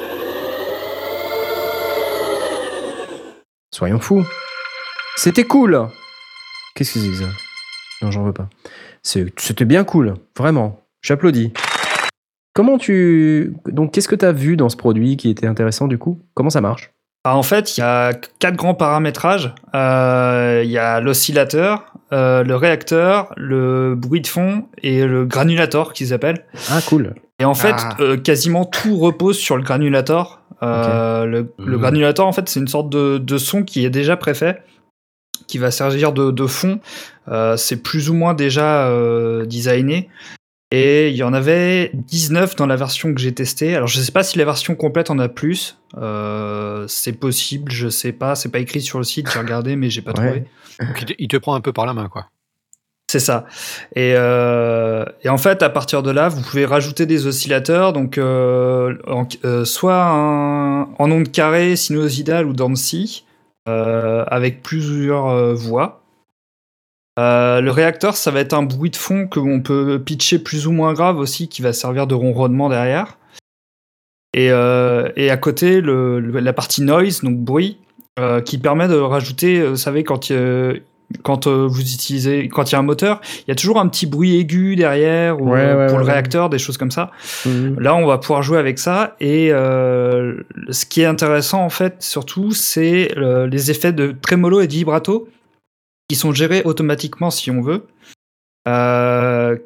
Soyons fous. C'était cool. Qu'est-ce que c'est que ça ? Non, j'en veux pas. C'était bien cool, vraiment. J'applaudis. Donc, qu'est-ce que t'as vu dans ce produit qui était intéressant, du coup ? Comment ça marche ? En fait, il y a 4 grands paramétrages. Il y a l'oscillateur, le réacteur, le bruit de fond et le granulator qu'ils appellent. Ah, cool. Et en fait, quasiment tout repose sur le granulator. Okay. Le granulator, en fait, c'est une sorte de son qui est déjà préfet, qui va servir de fond. C'est plus ou moins déjà designé. Et il y en avait 19 dans la version que j'ai testée. Alors, je sais pas si la version complète en a plus. C'est possible, je sais pas. C'est pas écrit sur le site, j'ai regardé, mais j'ai pas trouvé. Donc, il te prend un peu par la main, quoi. C'est ça. Et en fait, à partir de là, vous pouvez rajouter des oscillateurs, donc soit en onde carrée, sinusoïdale ou Dancy, avec plusieurs voix. Le réacteur, ça va être un bruit de fond qu'on peut pitcher plus ou moins grave aussi, qui va servir de ronronnement derrière. Et à côté, la partie noise, donc bruit, qui permet de rajouter, vous savez, quand vous utilisez, quand il y a un moteur, il y a toujours un petit bruit aigu derrière pour le réacteur, des choses comme ça. Là, on va pouvoir jouer avec ça. Et ce qui est intéressant, en fait, surtout, c'est les effets de trémolo et de vibrato qui sont gérés automatiquement si on veut,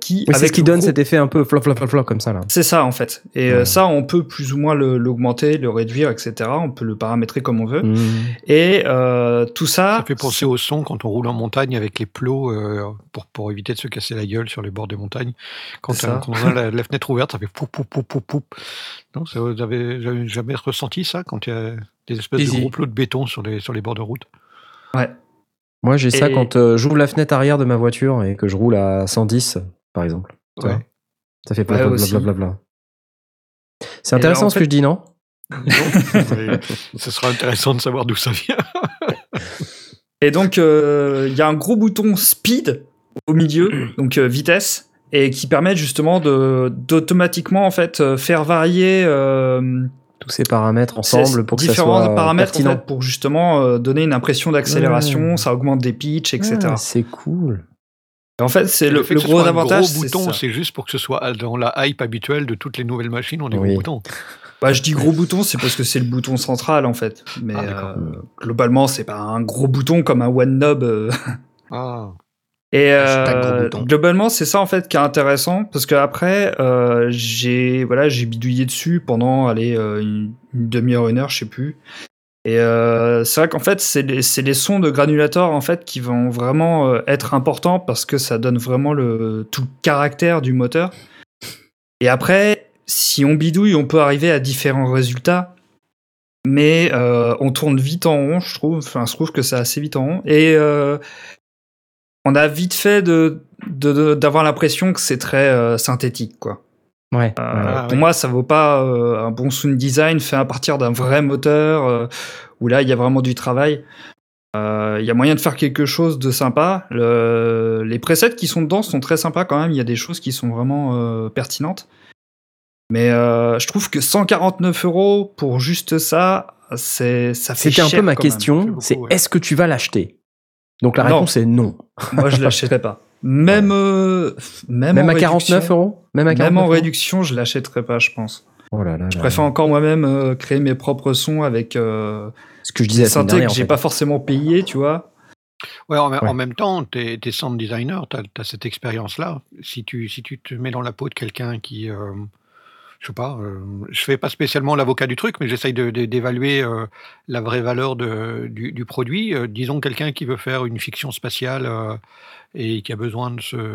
qui... Oui, c'est ce qui donne cet effet un peu flop comme ça, là. C'est ça, en fait. Et ça, on peut plus ou moins l'augmenter, le réduire, etc. On peut le paramétrer comme on veut. Et tout ça... Ça fait penser au son quand on roule en montagne avec les plots pour éviter de se casser la gueule sur les bords des montagnes. Quand on a la fenêtre ouverte, ça fait poup, poup, poup, poup, poup. Non, vous avez jamais ressenti ça quand il y a des espèces de gros plots de béton sur les bords de route? Ouais. Moi, j'ai ça quand j'ouvre la fenêtre arrière de ma voiture et que je roule à 110, par exemple. Ouais. Ça fait blablabla. C'est intéressant ce que je dis, non? Non, ce sera intéressant de savoir d'où ça vient. Et donc, il y a un gros bouton speed au milieu, donc vitesse, et qui permet justement d'automatiquement en fait faire varier tous ces paramètres ensemble pour que ça soit différents paramètres pertinent. en fait, pour justement donner une impression d'accélération, ça augmente des pitchs, etc. C'est cool. En fait, c'est le fait que gros avantage. Gros bouton, c'est juste pour que ce soit dans la hype habituelle de toutes les nouvelles machines, on est gros boutons. Bah, je dis gros bouton, c'est parce que c'est le bouton central en fait. Mais globalement, c'est pas un gros bouton comme un one knob. Et globalement, c'est ça en fait qui est intéressant parce qu'après, j'ai bidouillé dessus pendant une demi-heure, une heure, je sais plus. Et c'est vrai qu'en fait, c'est les sons de granulator en fait qui vont vraiment être importants parce que ça donne vraiment tout le caractère du moteur. Et après, si on bidouille, on peut arriver à différents résultats, mais on tourne vite en rond, je trouve. Enfin, je trouve que c'est assez vite en rond. Et on a vite fait d'avoir l'impression que c'est très synthétique, quoi. Ouais. Pour moi, ça vaut pas un bon sound design fait à partir d'un vrai moteur où là, il y a vraiment du travail. Il y a moyen de faire quelque chose de sympa. Les presets qui sont dedans sont très sympas quand même. Il y a des choses qui sont vraiment pertinentes. Mais je trouve que 149 € pour juste ça, ça fait cher. C'était un peu ma question. C'est est-ce que tu vas l'acheter? Donc la réponse est non. Moi, je l'achèterais pas. Même à 49 €. Même en réduction, je l'achèterais pas, je pense. Oh là là. Je préfère encore moi-même créer mes propres sons avec ce que je disais des synthés que j'ai pas forcément payé, tu vois. Ouais, en même temps, t'es sound designer, t'as cette expérience-là. Si tu te mets dans la peau de quelqu'un qui, je sais pas, je fais pas spécialement l'avocat du truc, mais j'essaye d'évaluer la vraie valeur du produit. Disons quelqu'un qui veut faire une fiction spatiale et qui a besoin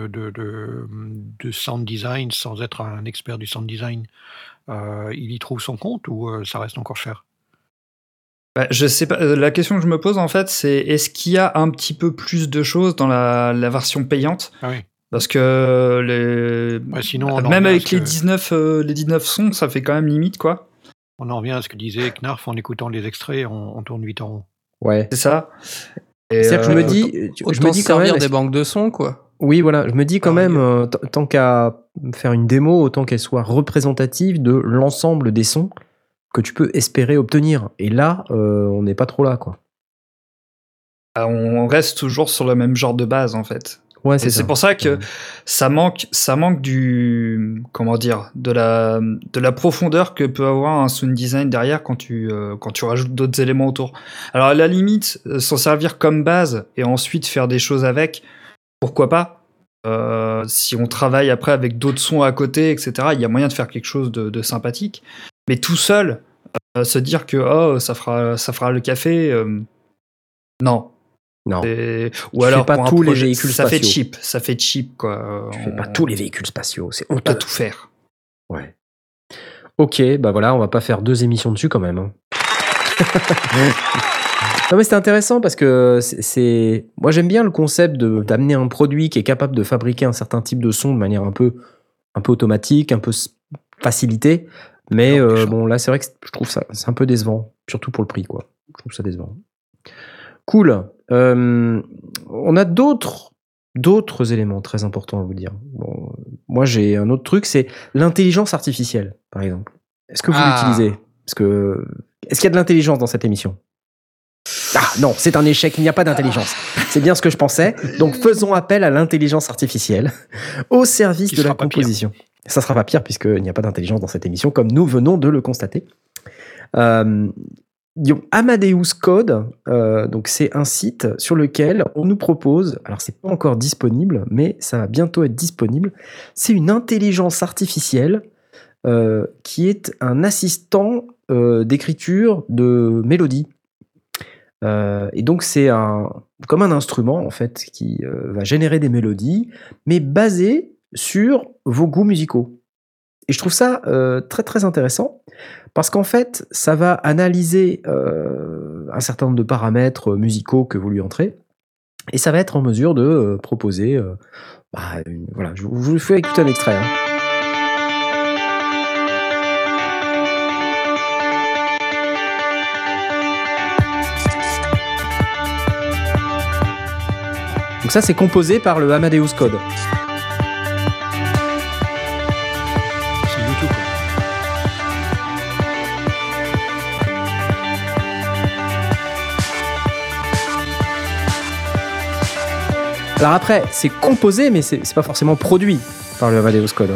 de sound design sans être un expert du sound design, il y trouve son compte ou ça reste encore cher? Je sais pas. La question que je me pose en fait, c'est est-ce qu'il y a un petit peu plus de choses dans la version payante? Ah oui. Parce que sinon, même avec les 19 sons, ça fait quand même limite, quoi. On en revient à ce que disait Knarf en écoutant les extraits, on tourne vite en rond. Ouais. C'est ça. C'est-à-dire que je me dis quand même des banques de sons, quoi. Oui, voilà. Je me dis quand même, tant qu'à faire une démo, autant qu'elle soit représentative de l'ensemble des sons que tu peux espérer obtenir. Et là, on n'est pas trop là, quoi. On reste toujours sur le même genre de base, en fait. Ouais, c'est pour ça que ça manque du, comment dire, de la profondeur que peut avoir un sound design derrière quand tu rajoutes d'autres éléments autour. Alors à la limite, s'en servir comme base et ensuite faire des choses avec, pourquoi pas. Si on travaille après avec d'autres sons à côté, etc., il y a moyen de faire quelque chose de sympathique. Mais tout seul, se dire que ça fera le café, non. Non. Ou alors pas tous les véhicules spatiaux. Ça fait cheap, quoi. Tu fais pas tous les véhicules spatiaux, c'est honteux. On peut tout faire. Ouais. Ok, bah voilà, on va pas faire 2 émissions dessus quand même. Hein. Non mais c'était intéressant parce que moi j'aime bien le concept d'amener un produit qui est capable de fabriquer un certain type de son de manière un peu automatique, un peu facilitée. Mais bon là c'est vrai que je trouve ça c'est un peu décevant, surtout pour le prix, quoi. Je trouve ça décevant. Cool. On a d'autres éléments très importants à vous dire. Bon, moi, j'ai un autre truc, c'est l'intelligence artificielle, par exemple. Est-ce que vous l'utilisez? Est-ce qu'il y a de l'intelligence dans cette émission? Ah non, c'est un échec, il n'y a pas d'intelligence. C'est bien ce que je pensais. Donc, faisons appel à l'intelligence artificielle au service de la composition. Ça sera pas pire puisqu'il n'y a pas d'intelligence dans cette émission, comme nous venons de le constater. Amadeus Code, donc c'est un site sur lequel on nous propose, alors c'est pas encore disponible, mais ça va bientôt être disponible, c'est une intelligence artificielle qui est un assistant d'écriture de mélodie. Et donc c'est comme un instrument en fait qui va générer des mélodies, mais basé sur vos goûts musicaux. Et je trouve ça très très intéressant parce qu'en fait ça va analyser un certain nombre de paramètres musicaux que vous lui entrez et ça va être en mesure de proposer voilà, je vous fais écouter un extrait. Donc ça c'est composé par le Amadeus Code. Alors après, c'est composé, mais c'est pas forcément produit par le Amadeus Code.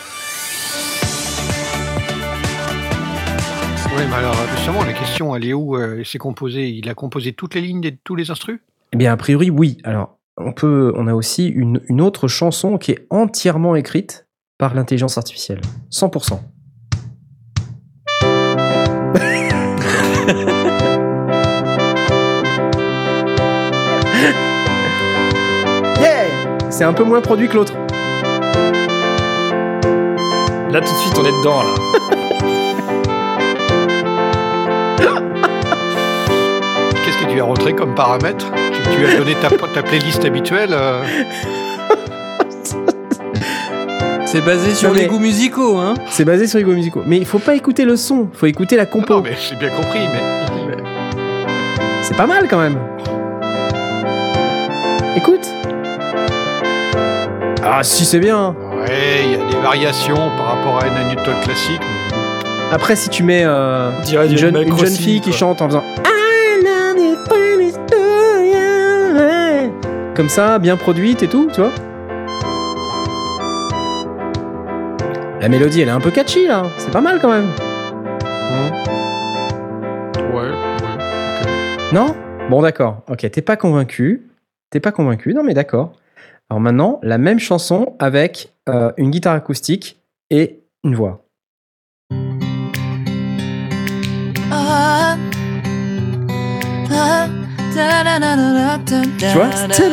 Oui, mais alors justement, la question, elle est où c'est composé? Il a composé toutes les lignes de tous les instrus? Eh bien, a priori, oui. Alors, on a aussi une autre chanson qui est entièrement écrite par l'intelligence artificielle. 100%. C'est un peu moins produit que l'autre. Là, tout de suite, on est dedans, là. Qu'est-ce que tu as rentré comme paramètre? Tu as donné ta playlist habituelle C'est basé sur les goûts musicaux, hein. C'est basé sur les goûts musicaux. Mais il faut pas écouter le son, il faut écouter la compo. Non, mais j'ai bien compris, mais... C'est pas mal, quand même. Écoute. Ah si, c'est bien. Ouais, il y a des variations par rapport à une Newton classique. Après, si tu mets une jeune fille qui chante en faisant comme ça, bien produite et tout, tu vois. La mélodie, elle est un peu catchy, là. C'est pas mal, quand même. Ouais. Non ? Bon, d'accord. Ok, t'es pas convaincu. Non, mais d'accord. Alors maintenant, la même chanson avec une guitare acoustique et une voix. Tu vois ?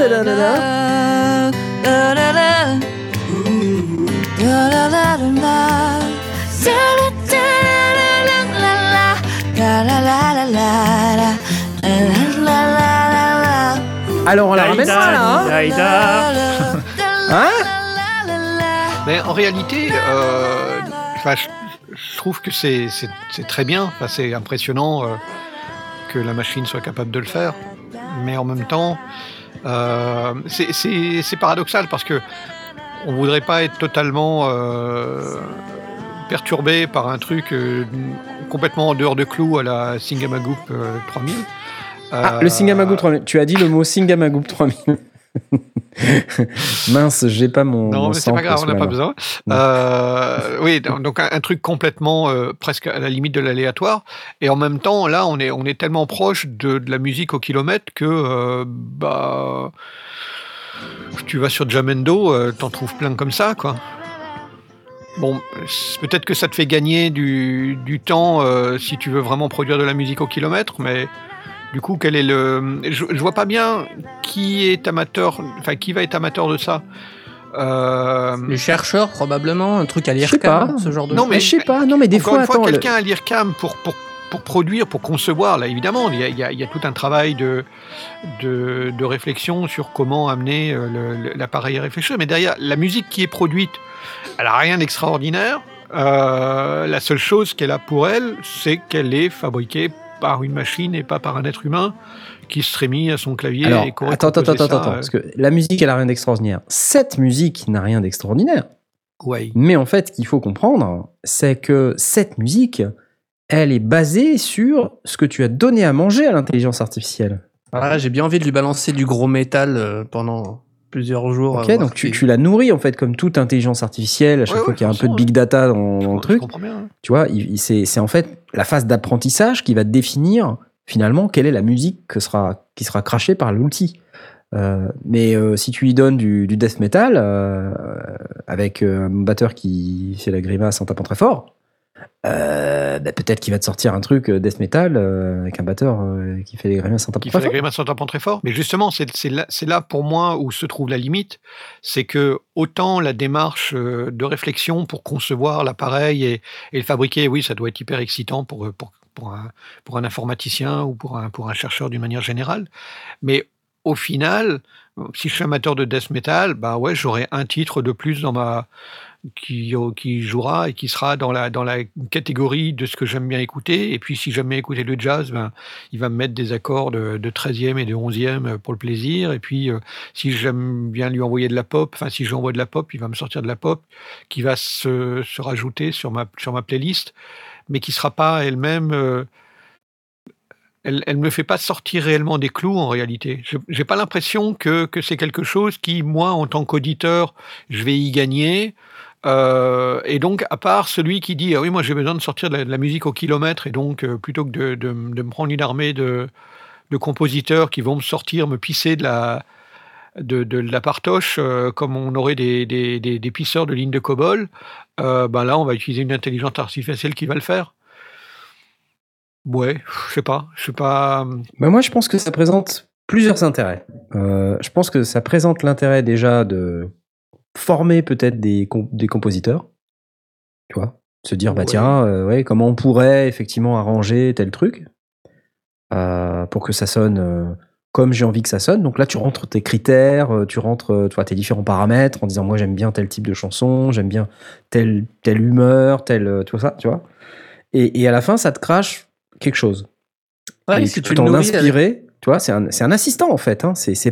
Alors on la ramène pas là, hein? Mais en réalité, je trouve que c'est très bien. Enfin, c'est impressionnant que la machine soit capable de le faire. Mais en même temps, c'est paradoxal parce que on voudrait pas être totalement perturbé par un truc complètement en dehors de clou à la Singamagoop 3000. Le Singamagoop 3000. Tu as dit le mot Singamagoop 3000. Mince, j'ai pas mon. Non, mais c'est pas grave, on n'a pas besoin. Oui, donc un truc complètement presque à la limite de l'aléatoire. Et en même temps, là, on est tellement proche de la musique au kilomètre que tu vas sur Jamendo, t'en trouves plein comme ça, quoi. Bon, peut-être que ça te fait gagner du temps si tu veux vraiment produire de la musique au kilomètre, mais du coup, quel est le... Je vois pas bien qui va être amateur de ça. Les chercheurs, probablement, un truc à l'IRCAM, ce genre de... Non, mais je sais pas. Non, mais des fois, attends, quelqu'un à l'IRCAM pour produire, pour concevoir, là, évidemment, il y a tout un travail de réflexion sur comment amener l'appareil à réfléchir. Mais derrière, la musique qui est produite, elle n'a rien d'extraordinaire. La seule chose qu'elle a pour elle, c'est qu'elle est fabriquée par une machine et pas par un être humain qui serait mis à son clavier. Alors, et qu'aurait attends, composé ça, parce que la musique, elle a rien d'extraordinaire. Cette musique n'a rien d'extraordinaire. Ouais. Mais en fait, ce qu'il faut comprendre, c'est que cette musique, elle est basée sur ce que tu as donné à manger à l'intelligence artificielle. Ah, j'ai bien envie de lui balancer du gros métal pendant plusieurs jours. Ok, donc tu la nourris en fait comme toute intelligence artificielle. À chaque fois qu'il y a un peu de big data dans le truc, tu vois, c'est en fait la phase d'apprentissage qui va définir finalement quelle est la musique qui sera crachée par l'outil. Mais si tu lui donnes du death metal avec un batteur qui fait la grimace en tapant très fort, peut-être qu'il va te sortir un truc death metal avec un batteur qui fait les grimaces en tapant très fort. Qui fait les grimaces en tapant très fort. Mais justement, c'est là pour moi où se trouve la limite. C'est que autant la démarche de réflexion pour concevoir l'appareil et le fabriquer, oui, ça doit être hyper excitant pour un informaticien ou pour un chercheur d'une manière générale. Mais au final, si je suis amateur de death metal, bah ouais, j'aurai un titre de plus qui jouera et qui sera dans la catégorie de ce que j'aime bien écouter. Et puis, si j'aime bien écouter le jazz, ben, il va me mettre des accords de 13e et de 11e pour le plaisir. Et puis, si j'aime bien lui envoyer de la pop, enfin, si j'envoie de la pop, il va me sortir de la pop qui va se rajouter sur ma playlist, mais qui sera pas elle-même... Elle me fait pas sortir réellement des clous en réalité. J'ai pas l'impression que c'est quelque chose qui, moi, en tant qu'auditeur, je vais y gagner. Et donc, à part celui qui dit ah oui, moi j'ai besoin de sortir de la musique au kilomètre, et donc plutôt que de me prendre une armée de compositeurs qui vont me pisser de la partoche comme on aurait des pisseurs de lignes de COBOL, ben là on va utiliser une intelligence artificielle qui va le faire. Ouais, je sais pas. Bah moi, je pense que ça présente plusieurs intérêts. Je pense que ça présente l'intérêt déjà de former peut-être des compositeurs, tu vois, se dire bah tiens, comment on pourrait effectivement arranger tel truc pour que ça sonne comme j'ai envie que ça sonne. Donc là, tu rentres tes critères, tu rentres tes différents paramètres en disant moi j'aime bien tel type de chanson, j'aime bien telle humeur, tout ça, tu vois. Et à la fin, ça te crache quelque chose. Ouais, et si tu peux t'en inspirer, avec... tu vois, c'est un assistant en fait. Hein. C'est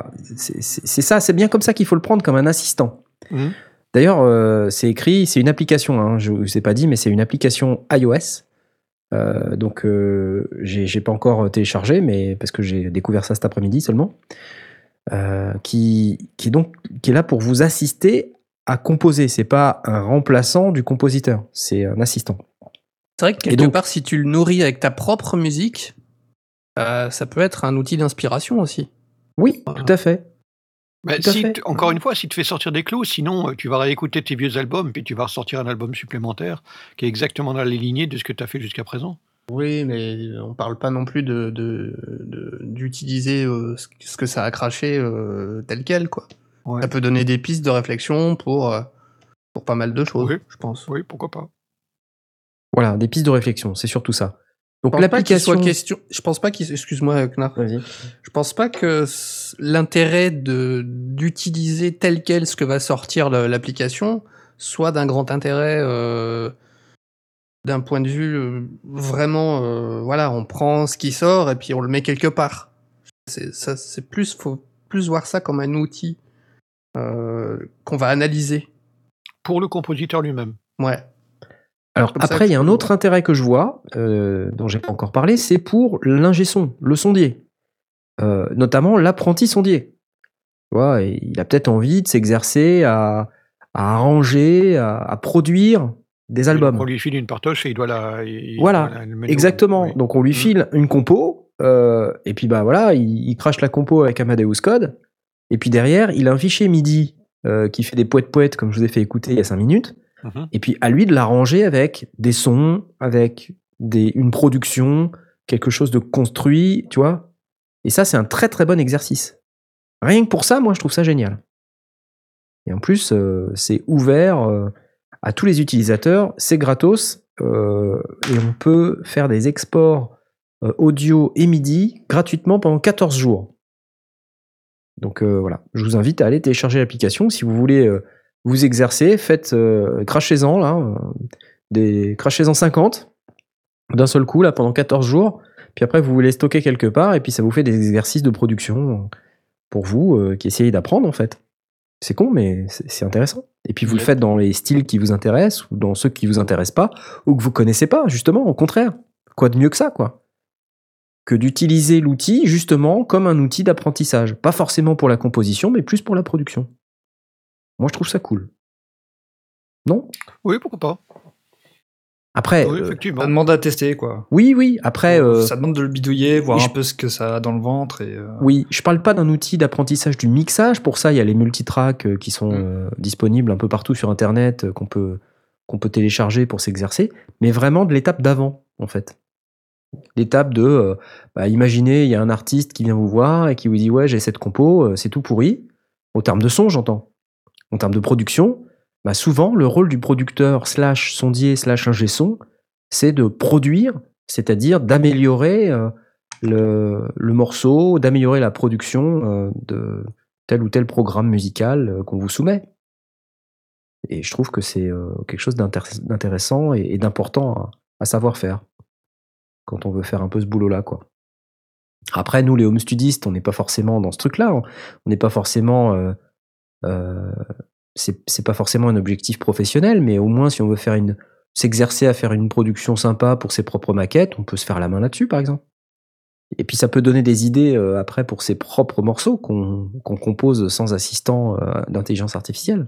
ça, c'est bien comme ça qu'il faut le prendre, comme un assistant. Mmh. D'ailleurs, c'est écrit, c'est une application. Hein, je vous ai pas dit, mais c'est une application iOS. Donc, j'ai pas encore téléchargé, mais parce que j'ai découvert ça cet après-midi seulement, qui est là pour vous assister à composer. C'est pas un remplaçant du compositeur, c'est un assistant. C'est vrai que quelque part, si tu le nourris avec ta propre musique, ça peut être un outil d'inspiration aussi. Oui, tout à fait. Bah, encore une fois, si tu fais sortir des clous, sinon tu vas réécouter tes vieux albums, puis tu vas ressortir un album supplémentaire qui est exactement dans les lignées de ce que tu as fait jusqu'à présent. Oui, mais on parle pas non plus d'utiliser ce que ça a craché tel quel, quoi. Ouais. Ça peut donner des pistes de réflexion pour pas mal de choses, oui, je pense. Oui, pourquoi pas. Voilà, des pistes de réflexion, c'est surtout ça. Donc l'application... Je pense pas qu'il... Excuse-moi, Knarr. Vas-y. Je pense pas que l'intérêt d'utiliser tel quel ce que va sortir l'application soit d'un grand intérêt d'un point de vue vraiment... voilà, on prend ce qui sort et puis on le met quelque part. Faut plus voir ça comme un outil qu'on va analyser. Pour le compositeur lui-même. Ouais. Alors après, il y a un autre intérêt que je vois, dont j'ai pas encore parlé, c'est pour l'ingé son, le sondier. Notamment l'apprenti sondier. Tu vois, il a peut-être envie de s'exercer à arranger, à produire des albums. On lui file une partoche et il doit la... Voilà, exactement. Oui. Donc on lui file une compo, et puis bah voilà, il crache la compo avec Amadeus Code, et puis derrière, il a un fichier MIDI qui fait des poètes, comme je vous ai fait écouter il y a 5 minutes, et puis à lui de l'arranger avec des sons, avec une production, quelque chose de construit, tu vois. Et ça, c'est un très très bon exercice. Rien que pour ça, moi, je trouve ça génial. Et en plus, c'est ouvert à tous les utilisateurs, c'est gratos, et on peut faire des exports audio et MIDI gratuitement pendant 14 jours. Donc voilà, je vous invite à aller télécharger l'application si vous voulez... vous exercez, faites, crachez-en, là, crachez-en 50 d'un seul coup, là, pendant 14 jours, puis après, vous les stockez quelque part, et puis ça vous fait des exercices de production pour vous qui essayez d'apprendre, en fait. C'est con, mais c'est intéressant. Et puis vous le faites dans les styles qui vous intéressent, ou dans ceux qui vous intéressent pas, ou que vous connaissez pas, justement, au contraire. Quoi de mieux que ça, quoi. que d'utiliser l'outil justement comme un outil d'apprentissage. Pas forcément pour la composition, mais plus pour la production. Moi, je trouve ça cool. Non ? Oui, pourquoi pas. Après, Oui, effectivement. Ça demande à tester, quoi. oui. Après, ça demande de le bidouiller, voir un peu ce que ça a dans le ventre. Oui, je parle pas d'un outil d'apprentissage du mixage. Pour ça, il y a les multitracks qui sont disponibles un peu partout sur Internet, qu'on peut télécharger pour s'exercer, mais vraiment de l'étape d'avant, en fait. L'étape de, imaginez, il y a un artiste qui vient vous voir et qui vous dit « Ouais, j'ai cette compo, c'est tout pourri ». Au terme de son, j'entends. En termes de production, souvent, le rôle du producteur /sondier /ingé son, c'est de produire, c'est-à-dire d'améliorer le morceau, d'améliorer la production de tel ou tel programme musical qu'on vous soumet. Et je trouve que c'est quelque chose d'intéressant et d'important à savoir faire quand on veut faire un peu ce boulot-là, quoi. Après, nous, les home studistes, on n'est pas forcément dans ce truc-là. On n'est pas forcément... c'est pas forcément un objectif professionnel, mais au moins, si on veut s'exercer à faire une production sympa pour ses propres maquettes, on peut se faire la main là-dessus, par exemple. Et puis, ça peut donner des idées après pour ses propres morceaux qu'on compose sans assistant d'intelligence artificielle.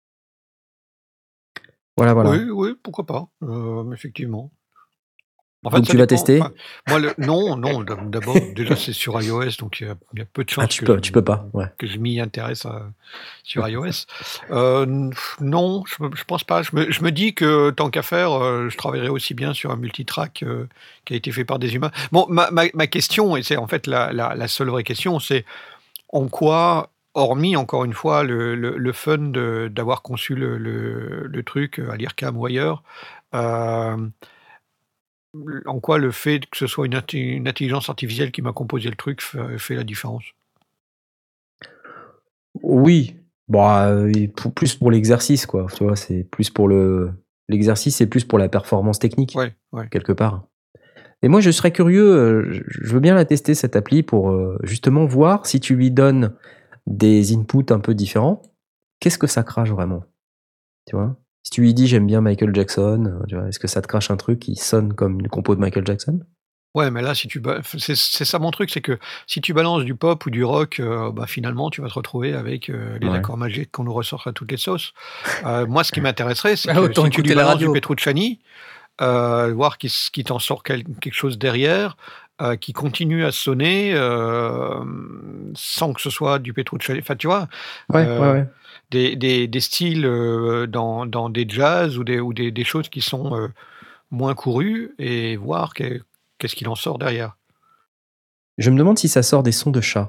Voilà. Oui, pourquoi pas, effectivement. En fait, donc tu vas tester moi, non, d'abord, déjà c'est sur iOS, donc il y a peu de chances tu peux pas, ouais. que je m'y intéresse sur iOS. Non, je pense pas. Je me dis que tant qu'à faire, je travaillerai aussi bien sur un multitrack qui a été fait par des humains. Bon, ma question, et c'est en fait la seule vraie question, c'est en quoi, hormis encore une fois le fun d'avoir conçu le truc à l'IRCAM ou ailleurs, en quoi le fait que ce soit une intelligence artificielle qui m'a composé le truc fait la différence? Oui, plus pour l'exercice, quoi. Tu vois, c'est plus pour l'exercice, c'est plus pour la performance technique, quelque part. Et moi, je serais curieux, je veux bien la tester, cette appli, pour justement voir si tu lui donnes des inputs un peu différents, qu'est-ce que ça crache vraiment? Tu vois? Si tu lui dis j'aime bien Michael Jackson, tu vois, est-ce que ça te crache un truc qui sonne comme une compo de Michael Jackson? Ouais, mais là, c'est ça mon truc, c'est que si tu balances du pop ou du rock, finalement, tu vas te retrouver avec les accords magiques qu'on nous ressort à toutes les sauces. Moi, ce qui m'intéresserait, c'est que si tu lui balances du Petrucciani, voir qu'il t'en sort quelque chose derrière, qui continue à sonner sans que ce soit du Petrucciani. Enfin, tu vois, Ouais. Des styles dans des jazz ou des choses qui sont moins courues et voir qu'est-ce qu'il en sort derrière. Je me demande si ça sort des sons de chat.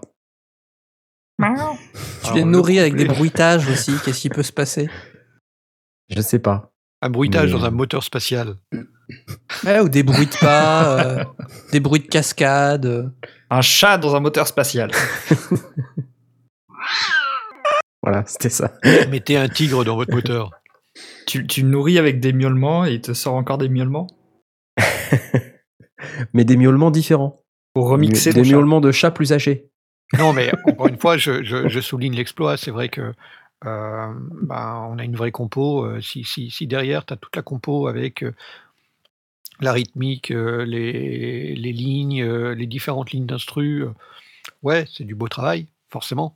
Tu les nourris avec des bruitages aussi, qu'est-ce qui peut se passer? Je sais pas. Un bruitage dans un moteur spatial. Ouais, ou des bruits de pas, des bruits de cascade. Un chat dans un moteur spatial. Voilà, c'était ça. Mettez un tigre dans votre moteur. Tu le nourris avec des miaulements et il te sort encore des miaulements? Mais des miaulements différents. Pour remixer des miaulements de chats plus âgés. Non, mais encore une fois, je souligne l'exploit. C'est vrai que on a une vraie compo. Si derrière, tu as toute la compo avec la rythmique, les lignes, les différentes lignes d'instru, ouais, c'est du beau travail, forcément.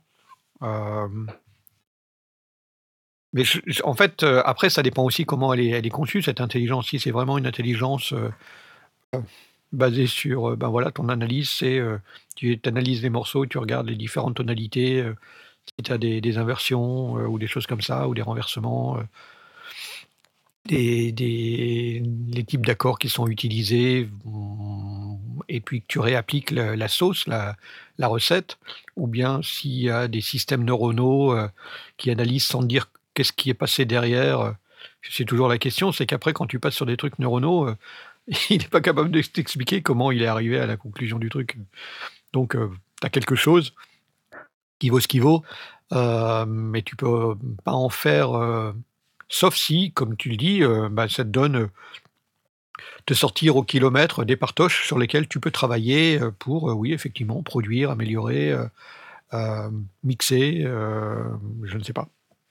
Mais en fait, après, ça dépend aussi comment elle est conçue, cette intelligence. Si c'est vraiment une intelligence basée sur ton analyse, c'est tu analyses les morceaux, tu regardes les différentes tonalités, si tu as des inversions ou des choses comme ça, ou des renversements, les types d'accords qui sont utilisés, et puis que tu réappliques la sauce, la recette, ou bien s'il y a des systèmes neuronaux qui analysent sans te dire qu'est-ce qui est passé derrière. C'est toujours la question, c'est qu'après, quand tu passes sur des trucs neuronaux, il n'est pas capable de t'expliquer comment il est arrivé à la conclusion du truc. Donc, tu as quelque chose qui vaut ce qui vaut, mais tu peux pas en faire, sauf si, comme tu le dis, ça te donne te sortir au kilomètre des partoches sur lesquels tu peux travailler pour, oui, effectivement, produire, améliorer, mixer, je ne sais pas.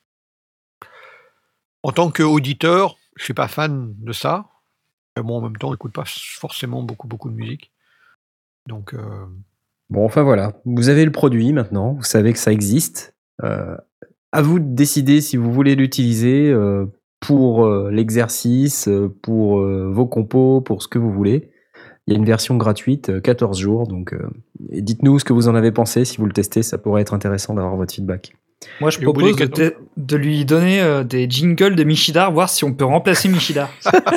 En tant qu'auditeur, je suis pas fan de ça. Bon, en même temps, j'écoute pas forcément beaucoup de musique. Donc, Bon, enfin voilà, vous avez le produit maintenant, vous savez que ça existe. À vous de décider si vous voulez l'utiliser pour l'exercice, pour vos compos, pour ce que vous voulez. Il y a une version gratuite, 14 jours, donc et dites-nous ce que vous en avez pensé. Si vous le testez, ça pourrait être intéressant d'avoir votre feedback. Moi, je propose de lui donner des jingles de Michidar, voir si on peut remplacer Michidar.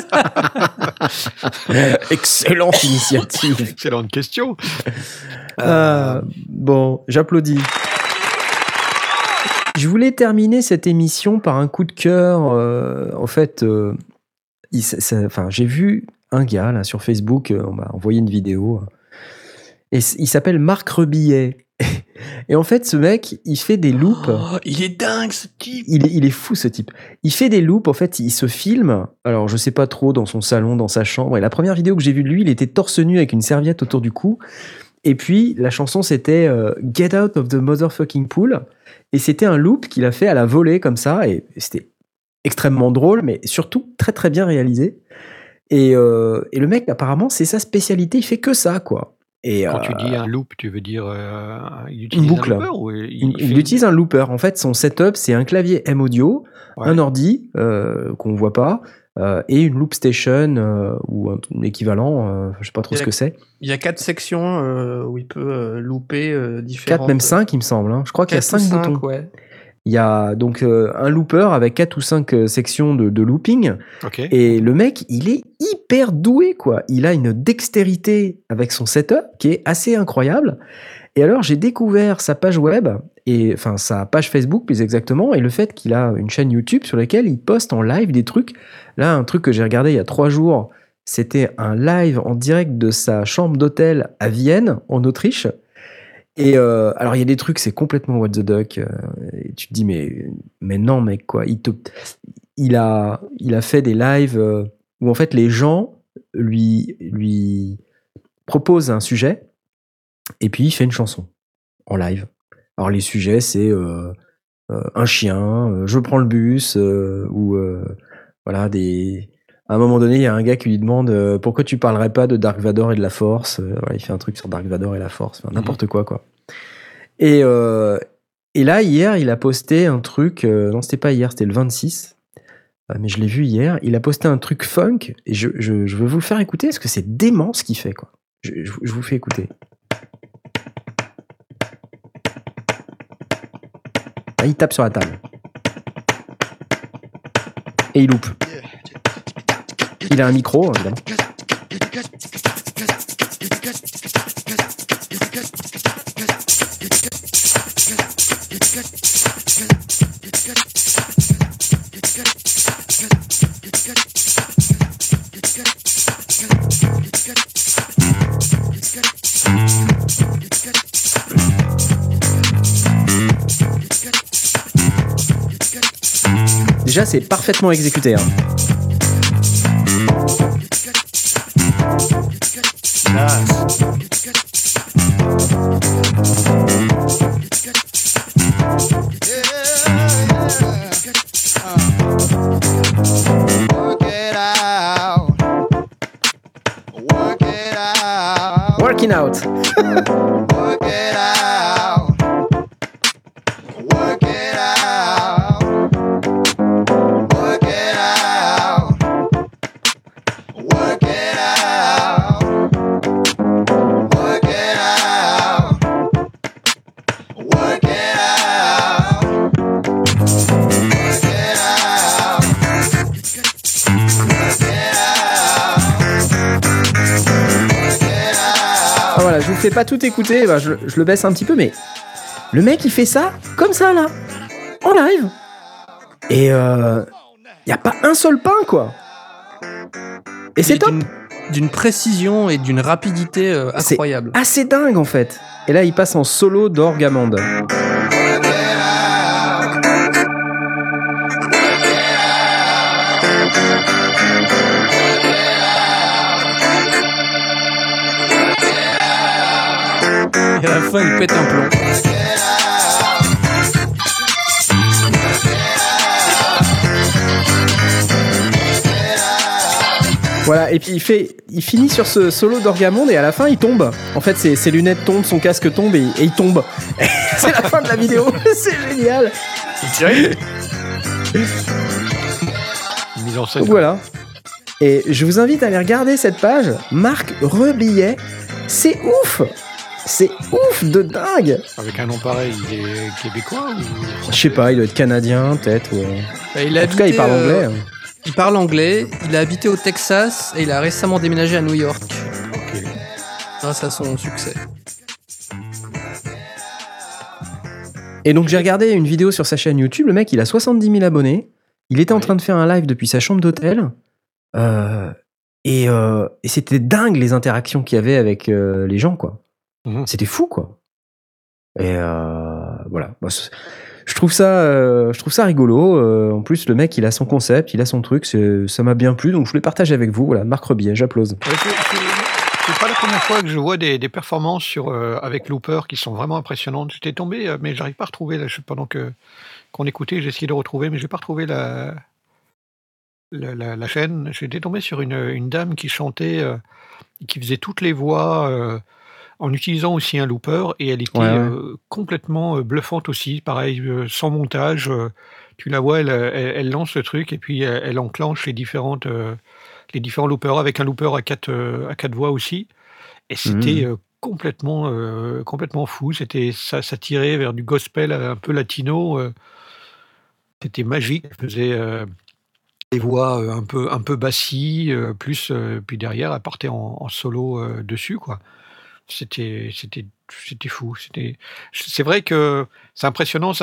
Excellente initiative. Excellente question. Bon, j'applaudis. Je voulais terminer cette émission par un coup de cœur. En fait, j'ai vu un gars là sur Facebook, on m'a envoyé une vidéo, et il s'appelle Marc Rebillet. Et en fait, ce mec, il fait des loops. Oh, il est dingue, ce type. Il est fou, ce type. Il fait des loops, en fait, il se filme. Alors, je sais pas trop, dans son salon, dans sa chambre. Et la première vidéo que j'ai vue de lui, il était torse nu avec une serviette autour du cou. Et puis, la chanson, c'était Get Out of the Motherfucking Pool. Et c'était un loop qu'il a fait à la volée, comme ça. Et c'était extrêmement drôle, mais surtout très, très bien réalisé. Et le mec, apparemment, c'est sa spécialité. Il fait que ça, quoi. Et quand tu dis un loop, tu veux dire il utilise une boucle. un looper ou il utilise un looper. En fait, son setup, c'est un clavier M-Audio, un ordi qu'on voit pas, et une loop station ou un équivalent. Je sais pas trop ce que c'est. Il y a 4 sections où il peut looper différentes. 4, même 5, il me semble. Hein. Je crois qu'il y a 5 boutons. Ouais. Il y a donc un looper avec 4 ou 5 sections de looping. Okay. Et le mec, il est hyper doué, quoi. Il a une dextérité avec son setup qui est assez incroyable. Et alors, j'ai découvert sa page web, enfin sa page Facebook plus exactement, et le fait qu'il a une chaîne YouTube sur laquelle il poste en live des trucs. Là, un truc que j'ai regardé il y a 3 jours, c'était un live en direct de sa chambre d'hôtel à Vienne, en Autriche. Et alors il y a des trucs, c'est complètement what the duck. Et tu te dis mais non mec, quoi. Il a fait des lives où en fait les gens lui proposent un sujet et puis il fait une chanson en live. Alors les sujets, c'est un chien, je prends le bus, ou voilà à un moment donné, il y a un gars qui lui demande pourquoi tu parlerais pas de Dark Vador et de la Force. Voilà, il fait un truc sur Dark Vador et la Force, enfin, n'importe quoi. Et là, hier, il a posté un truc. Non, c'était pas hier, c'était le 26. Mais je l'ai vu hier. Il a posté un truc funk. Et je veux vous le faire écouter parce que c'est dément ce qu'il fait, quoi. Je vous fais écouter. Là, il tape sur la table. Et il loupe. Il a un micro, évidemment. Déjà, c'est parfaitement exécuté. Hein. Working out. Work it out. Work it out. Work it out. Work it out. Work it out. Work it out. Work it out. Ah, voilà, je vous fais pas tout écouter, bah je le baisse un petit peu, mais le mec il fait ça comme ça là, en live, et y a pas un seul pain, quoi. Et c'est top. D'une précision et d'une rapidité incroyable. C'est assez dingue en fait. Et là il passe en solo d'orgue amande. Et à la fin, il pète un plomb. Voilà, et puis il finit sur ce solo d'Orgamonde et à la fin il tombe. En fait, ses lunettes tombent, son casque tombe et il tombe. C'est la fin de la vidéo. C'est génial. C'est terrible. Mise en scène. Voilà. Et je vous invite à aller regarder cette page. Marc Rebillet. C'est ouf. C'est ouf de dingue. Avec un nom pareil, il est québécois ou... Je sais pas, il doit être canadien peut-être. Ou... En tout cas, il parle anglais. Il parle anglais, il a habité au Texas et il a récemment déménagé à New York. Ok. Grâce à son succès. Et donc j'ai regardé une vidéo sur sa chaîne YouTube. Le mec, il a 70 000 abonnés. Il était en train de faire un live depuis sa chambre d'hôtel. Et c'était dingue les interactions qu'il y avait avec les gens, quoi. C'était fou, quoi. Et voilà. Je trouve ça rigolo. En plus, le mec, il a son concept, il a son truc. Ça m'a bien plu, donc je voulais partager avec vous. Voilà, Marc Rebillet, j'applause. C'est pas la première fois que je vois des performances avec Looper qui sont vraiment impressionnantes. J'étais tombé, mais j'arrive pas à retrouver, là, pendant qu'on écoutait, j'ai essayé de retrouver, mais j'ai pas retrouvé la chaîne. J'étais tombé sur une dame qui chantait, qui faisait toutes les voix en utilisant aussi un looper, et elle était complètement bluffante aussi, pareil, sans montage. Tu la vois, elle lance le truc et puis elle enclenche les différents loopers avec un looper à quatre voix aussi. Et c'était complètement fou. Ça tirait vers du gospel un peu latino. C'était magique. Elle faisait des voix un peu bassis, puis derrière, elle partait en solo dessus, quoi. C'était fou. C'est vrai que c'est impressionnant.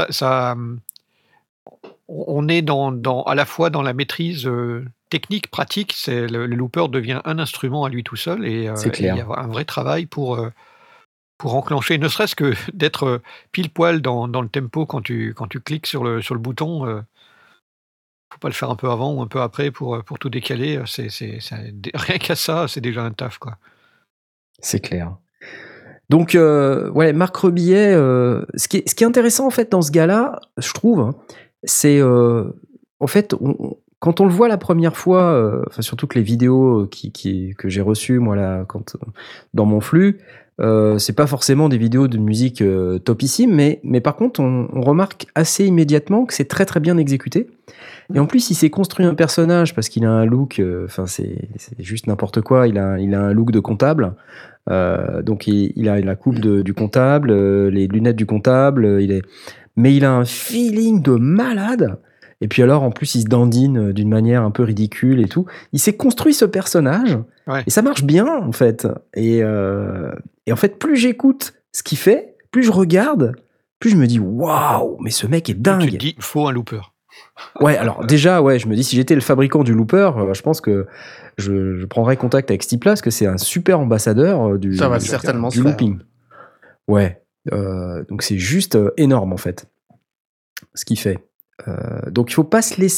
On est à la fois dans la maîtrise technique, pratique. Le looper devient un instrument à lui tout seul, et il y a un vrai travail pour enclencher, ne serait-ce que d'être pile poil dans le tempo quand tu cliques sur le bouton. Faut pas le faire un peu avant ou un peu après pour tout décaler. Rien qu'à ça, c'est déjà un taf, quoi. C'est clair. Donc, Marc Rebillet, ce qui est intéressant, en fait, dans ce gars-là, je trouve, c'est, en fait, quand on le voit la première fois, surtout que les vidéos que j'ai reçues, moi, là, dans mon flux, c'est pas forcément des vidéos de musique topissime, mais par contre, on remarque assez immédiatement que c'est très, très bien exécuté. Et en plus, il s'est construit un personnage parce qu'il a un look, c'est juste n'importe quoi. Il a un look de comptable. Donc il a la coupe du comptable, les lunettes du comptable, mais il a un feeling de malade. Et puis alors, en plus, il se dandine d'une manière un peu ridicule et tout. Il s'est construit ce personnage, et ça marche bien, en fait. Et en fait, plus j'écoute ce qu'il fait, plus je regarde, plus je me dis, waouh, mais ce mec est dingue. Tu te dis, faut un looper. Ouais, alors déjà, je me dis, si j'étais le fabricant du looper, je pense que je prendrais contact avec ce type-là, parce que c'est un super ambassadeur du looping. Ouais, donc c'est juste énorme, en fait, ce qu'il fait. Donc il faut pas se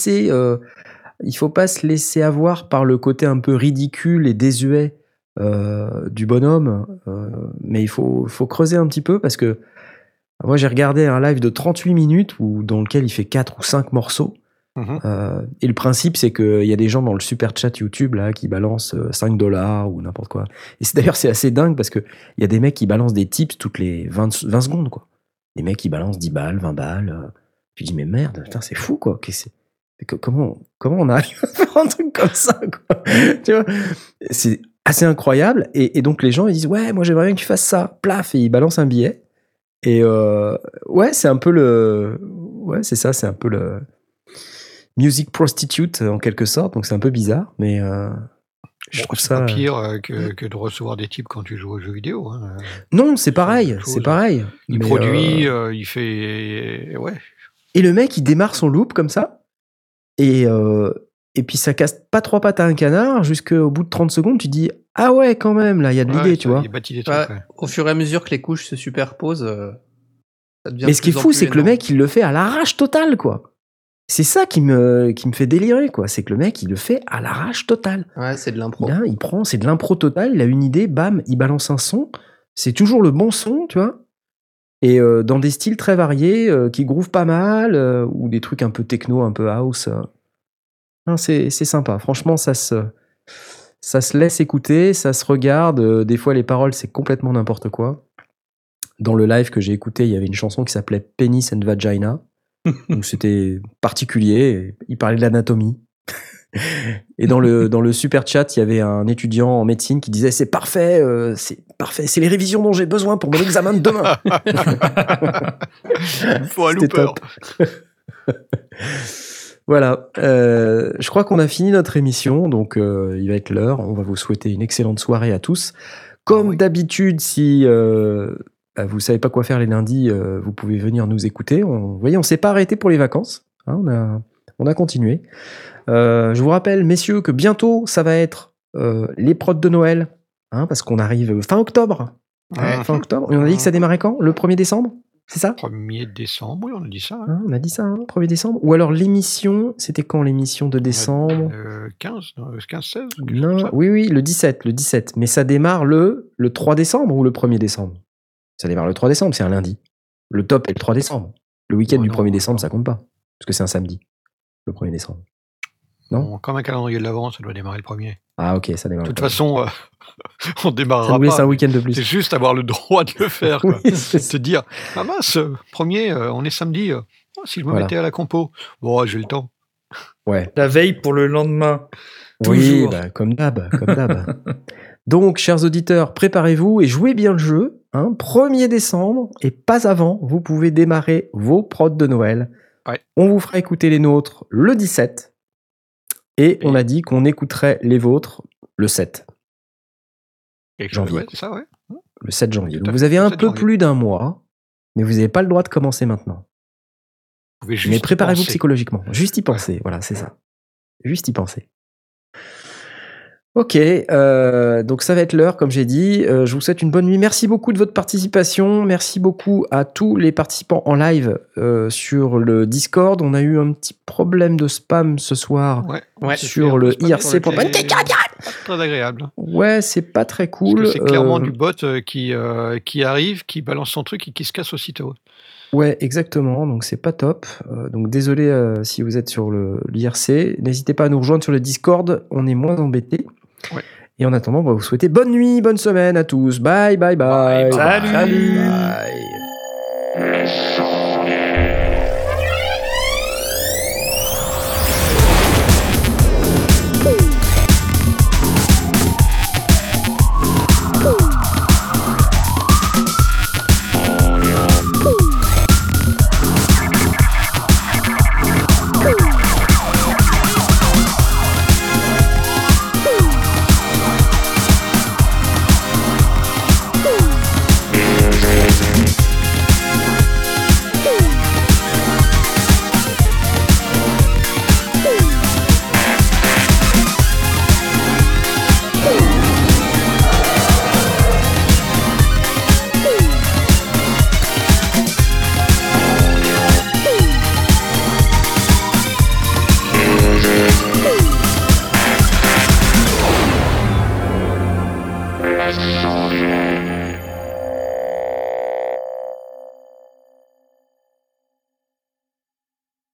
laisser avoir par le côté un peu ridicule et désuet du bonhomme, mais il faut creuser un petit peu, parce que moi j'ai regardé un live de 38 minutes dans lequel il fait 4 ou 5 morceaux. Et le principe, c'est qu'il y a des gens dans le super chat YouTube là, qui balancent $5 ou n'importe quoi. Et d'ailleurs, c'est assez dingue, parce qu'il y a des mecs qui balancent des tips toutes les 20 secondes, quoi. Des mecs qui balancent 10 balles, 20 balles. Tu dis, mais merde, putain, c'est fou, quoi. Comment on arrive à faire un truc comme ça, quoi. Tu vois, c'est assez incroyable. Et donc, les gens, ils disent, ouais, moi, j'aimerais bien que tu fasses ça. Plaf, et ils balancent un billet. Et c'est un peu c'est ça, c'est un peu le music prostitute, en quelque sorte. Donc, c'est un peu bizarre, mais je trouve ça pas pire que de recevoir des types quand tu joues aux jeux vidéo. Hein. Non, c'est pareil, c'est pareil. Il produit, il fait... Ouais. Et le mec, il démarre son loop comme ça, et puis ça casse pas 3 pattes à un canard, jusqu'au bout de 30 secondes, tu dis, ah ouais, quand même, là, il y a de l'idée, tu vois. Au fur et à mesure que les couches se superposent, ça devient. Mais ce qui est fou, c'est que le mec, il le fait à l'arrache totale, quoi. C'est ça qui me fait délirer, quoi. C'est que le mec, il le fait à l'arrache totale. Ouais, c'est de l'impro. C'est de l'impro totale, il a une idée, bam, il balance un son. C'est toujours le bon son, tu vois. Et dans des styles très variés, qui groovent pas mal, ou des trucs un peu techno, un peu house. Non, c'est sympa. Franchement, ça se Ça se laisse écouter, ça se regarde. Des fois, les paroles, c'est complètement n'importe quoi. Dans le live que j'ai écouté, il y avait une chanson qui s'appelait Penis and Vagina. Donc c'était particulier. Il parlait de l'anatomie. Et dans le super chat, il y avait un étudiant en médecine qui disait c'est parfait, c'est les révisions dont j'ai besoin pour mon examen de demain. Faut un looper. Voilà, je crois qu'on a fini notre émission, donc il va être l'heure. On va vous souhaiter une excellente soirée à tous. Comme d'habitude, si vous savez pas quoi faire les lundis, vous pouvez venir nous écouter. Vous voyez, on s'est pas arrêté pour les vacances. Hein, on a continué. Je vous rappelle, messieurs, que bientôt, ça va être les prods de Noël, hein, parce qu'on arrive fin octobre. Fin octobre. Et on a dit que ça démarrait quand ? Le 1er décembre ? C'est ça ? 1er décembre, oui, on a dit ça. Hein, on a dit ça, hein, 1er décembre. Ou alors l'émission, c'était quand l'émission de décembre ? 15-16 Non, oui, le 17. Mais ça démarre le 3 décembre ou le 1er décembre ? Ça démarre le 3 décembre, c'est un lundi. Le top est le 3 décembre. Le week-end du 1er décembre, ça compte pas. Parce que c'est un samedi, le 1er décembre. Non, comme un calendrier de l'avant, ça doit démarrer le 1er. Ah ok, ça démarre. De toute façon, on démarrera ça nous laisse pas. un week-end de plus. C'est juste avoir le droit de le faire. Quoi. Oui, se dire, ah mince, 1er, on est samedi. Si je me mettais à la compo, bon, j'ai le temps. Ouais. La veille pour le lendemain. Oui, comme d'hab. Donc, chers auditeurs, préparez-vous et jouez bien le jeu. 1er décembre et pas avant, vous pouvez démarrer vos prods de Noël. Ouais. On vous fera écouter les nôtres le 17. Et on a dit qu'on écouterait les vôtres le 7 janvier. Ouais, c'est ça, ouais. Le 7 janvier. Donc vous avez un peu plus d'un mois, mais vous n'avez pas le droit de commencer maintenant. Mais préparez-vous psychologiquement. Juste y penser, voilà, c'est ça. Juste y penser. Ok, donc ça va être l'heure, comme j'ai dit. Je vous souhaite une bonne nuit. Merci beaucoup de votre participation. Merci beaucoup à tous les participants en live sur le Discord. On a eu un petit problème de spam ce soir sur le IRC. Très agréable. Ouais, c'est pas très cool. C'est clairement du bot qui arrive, qui balance son truc et qui se casse aussitôt. Ouais, exactement. Donc c'est pas top. Donc désolé si vous êtes sur l'IRC. N'hésitez pas à nous rejoindre sur le Discord. On est moins embêtés. Ouais. Et en attendant, on va vous souhaiter bonne nuit, bonne semaine à tous. Bye, bye, bye. Salut. Bye. Let's go.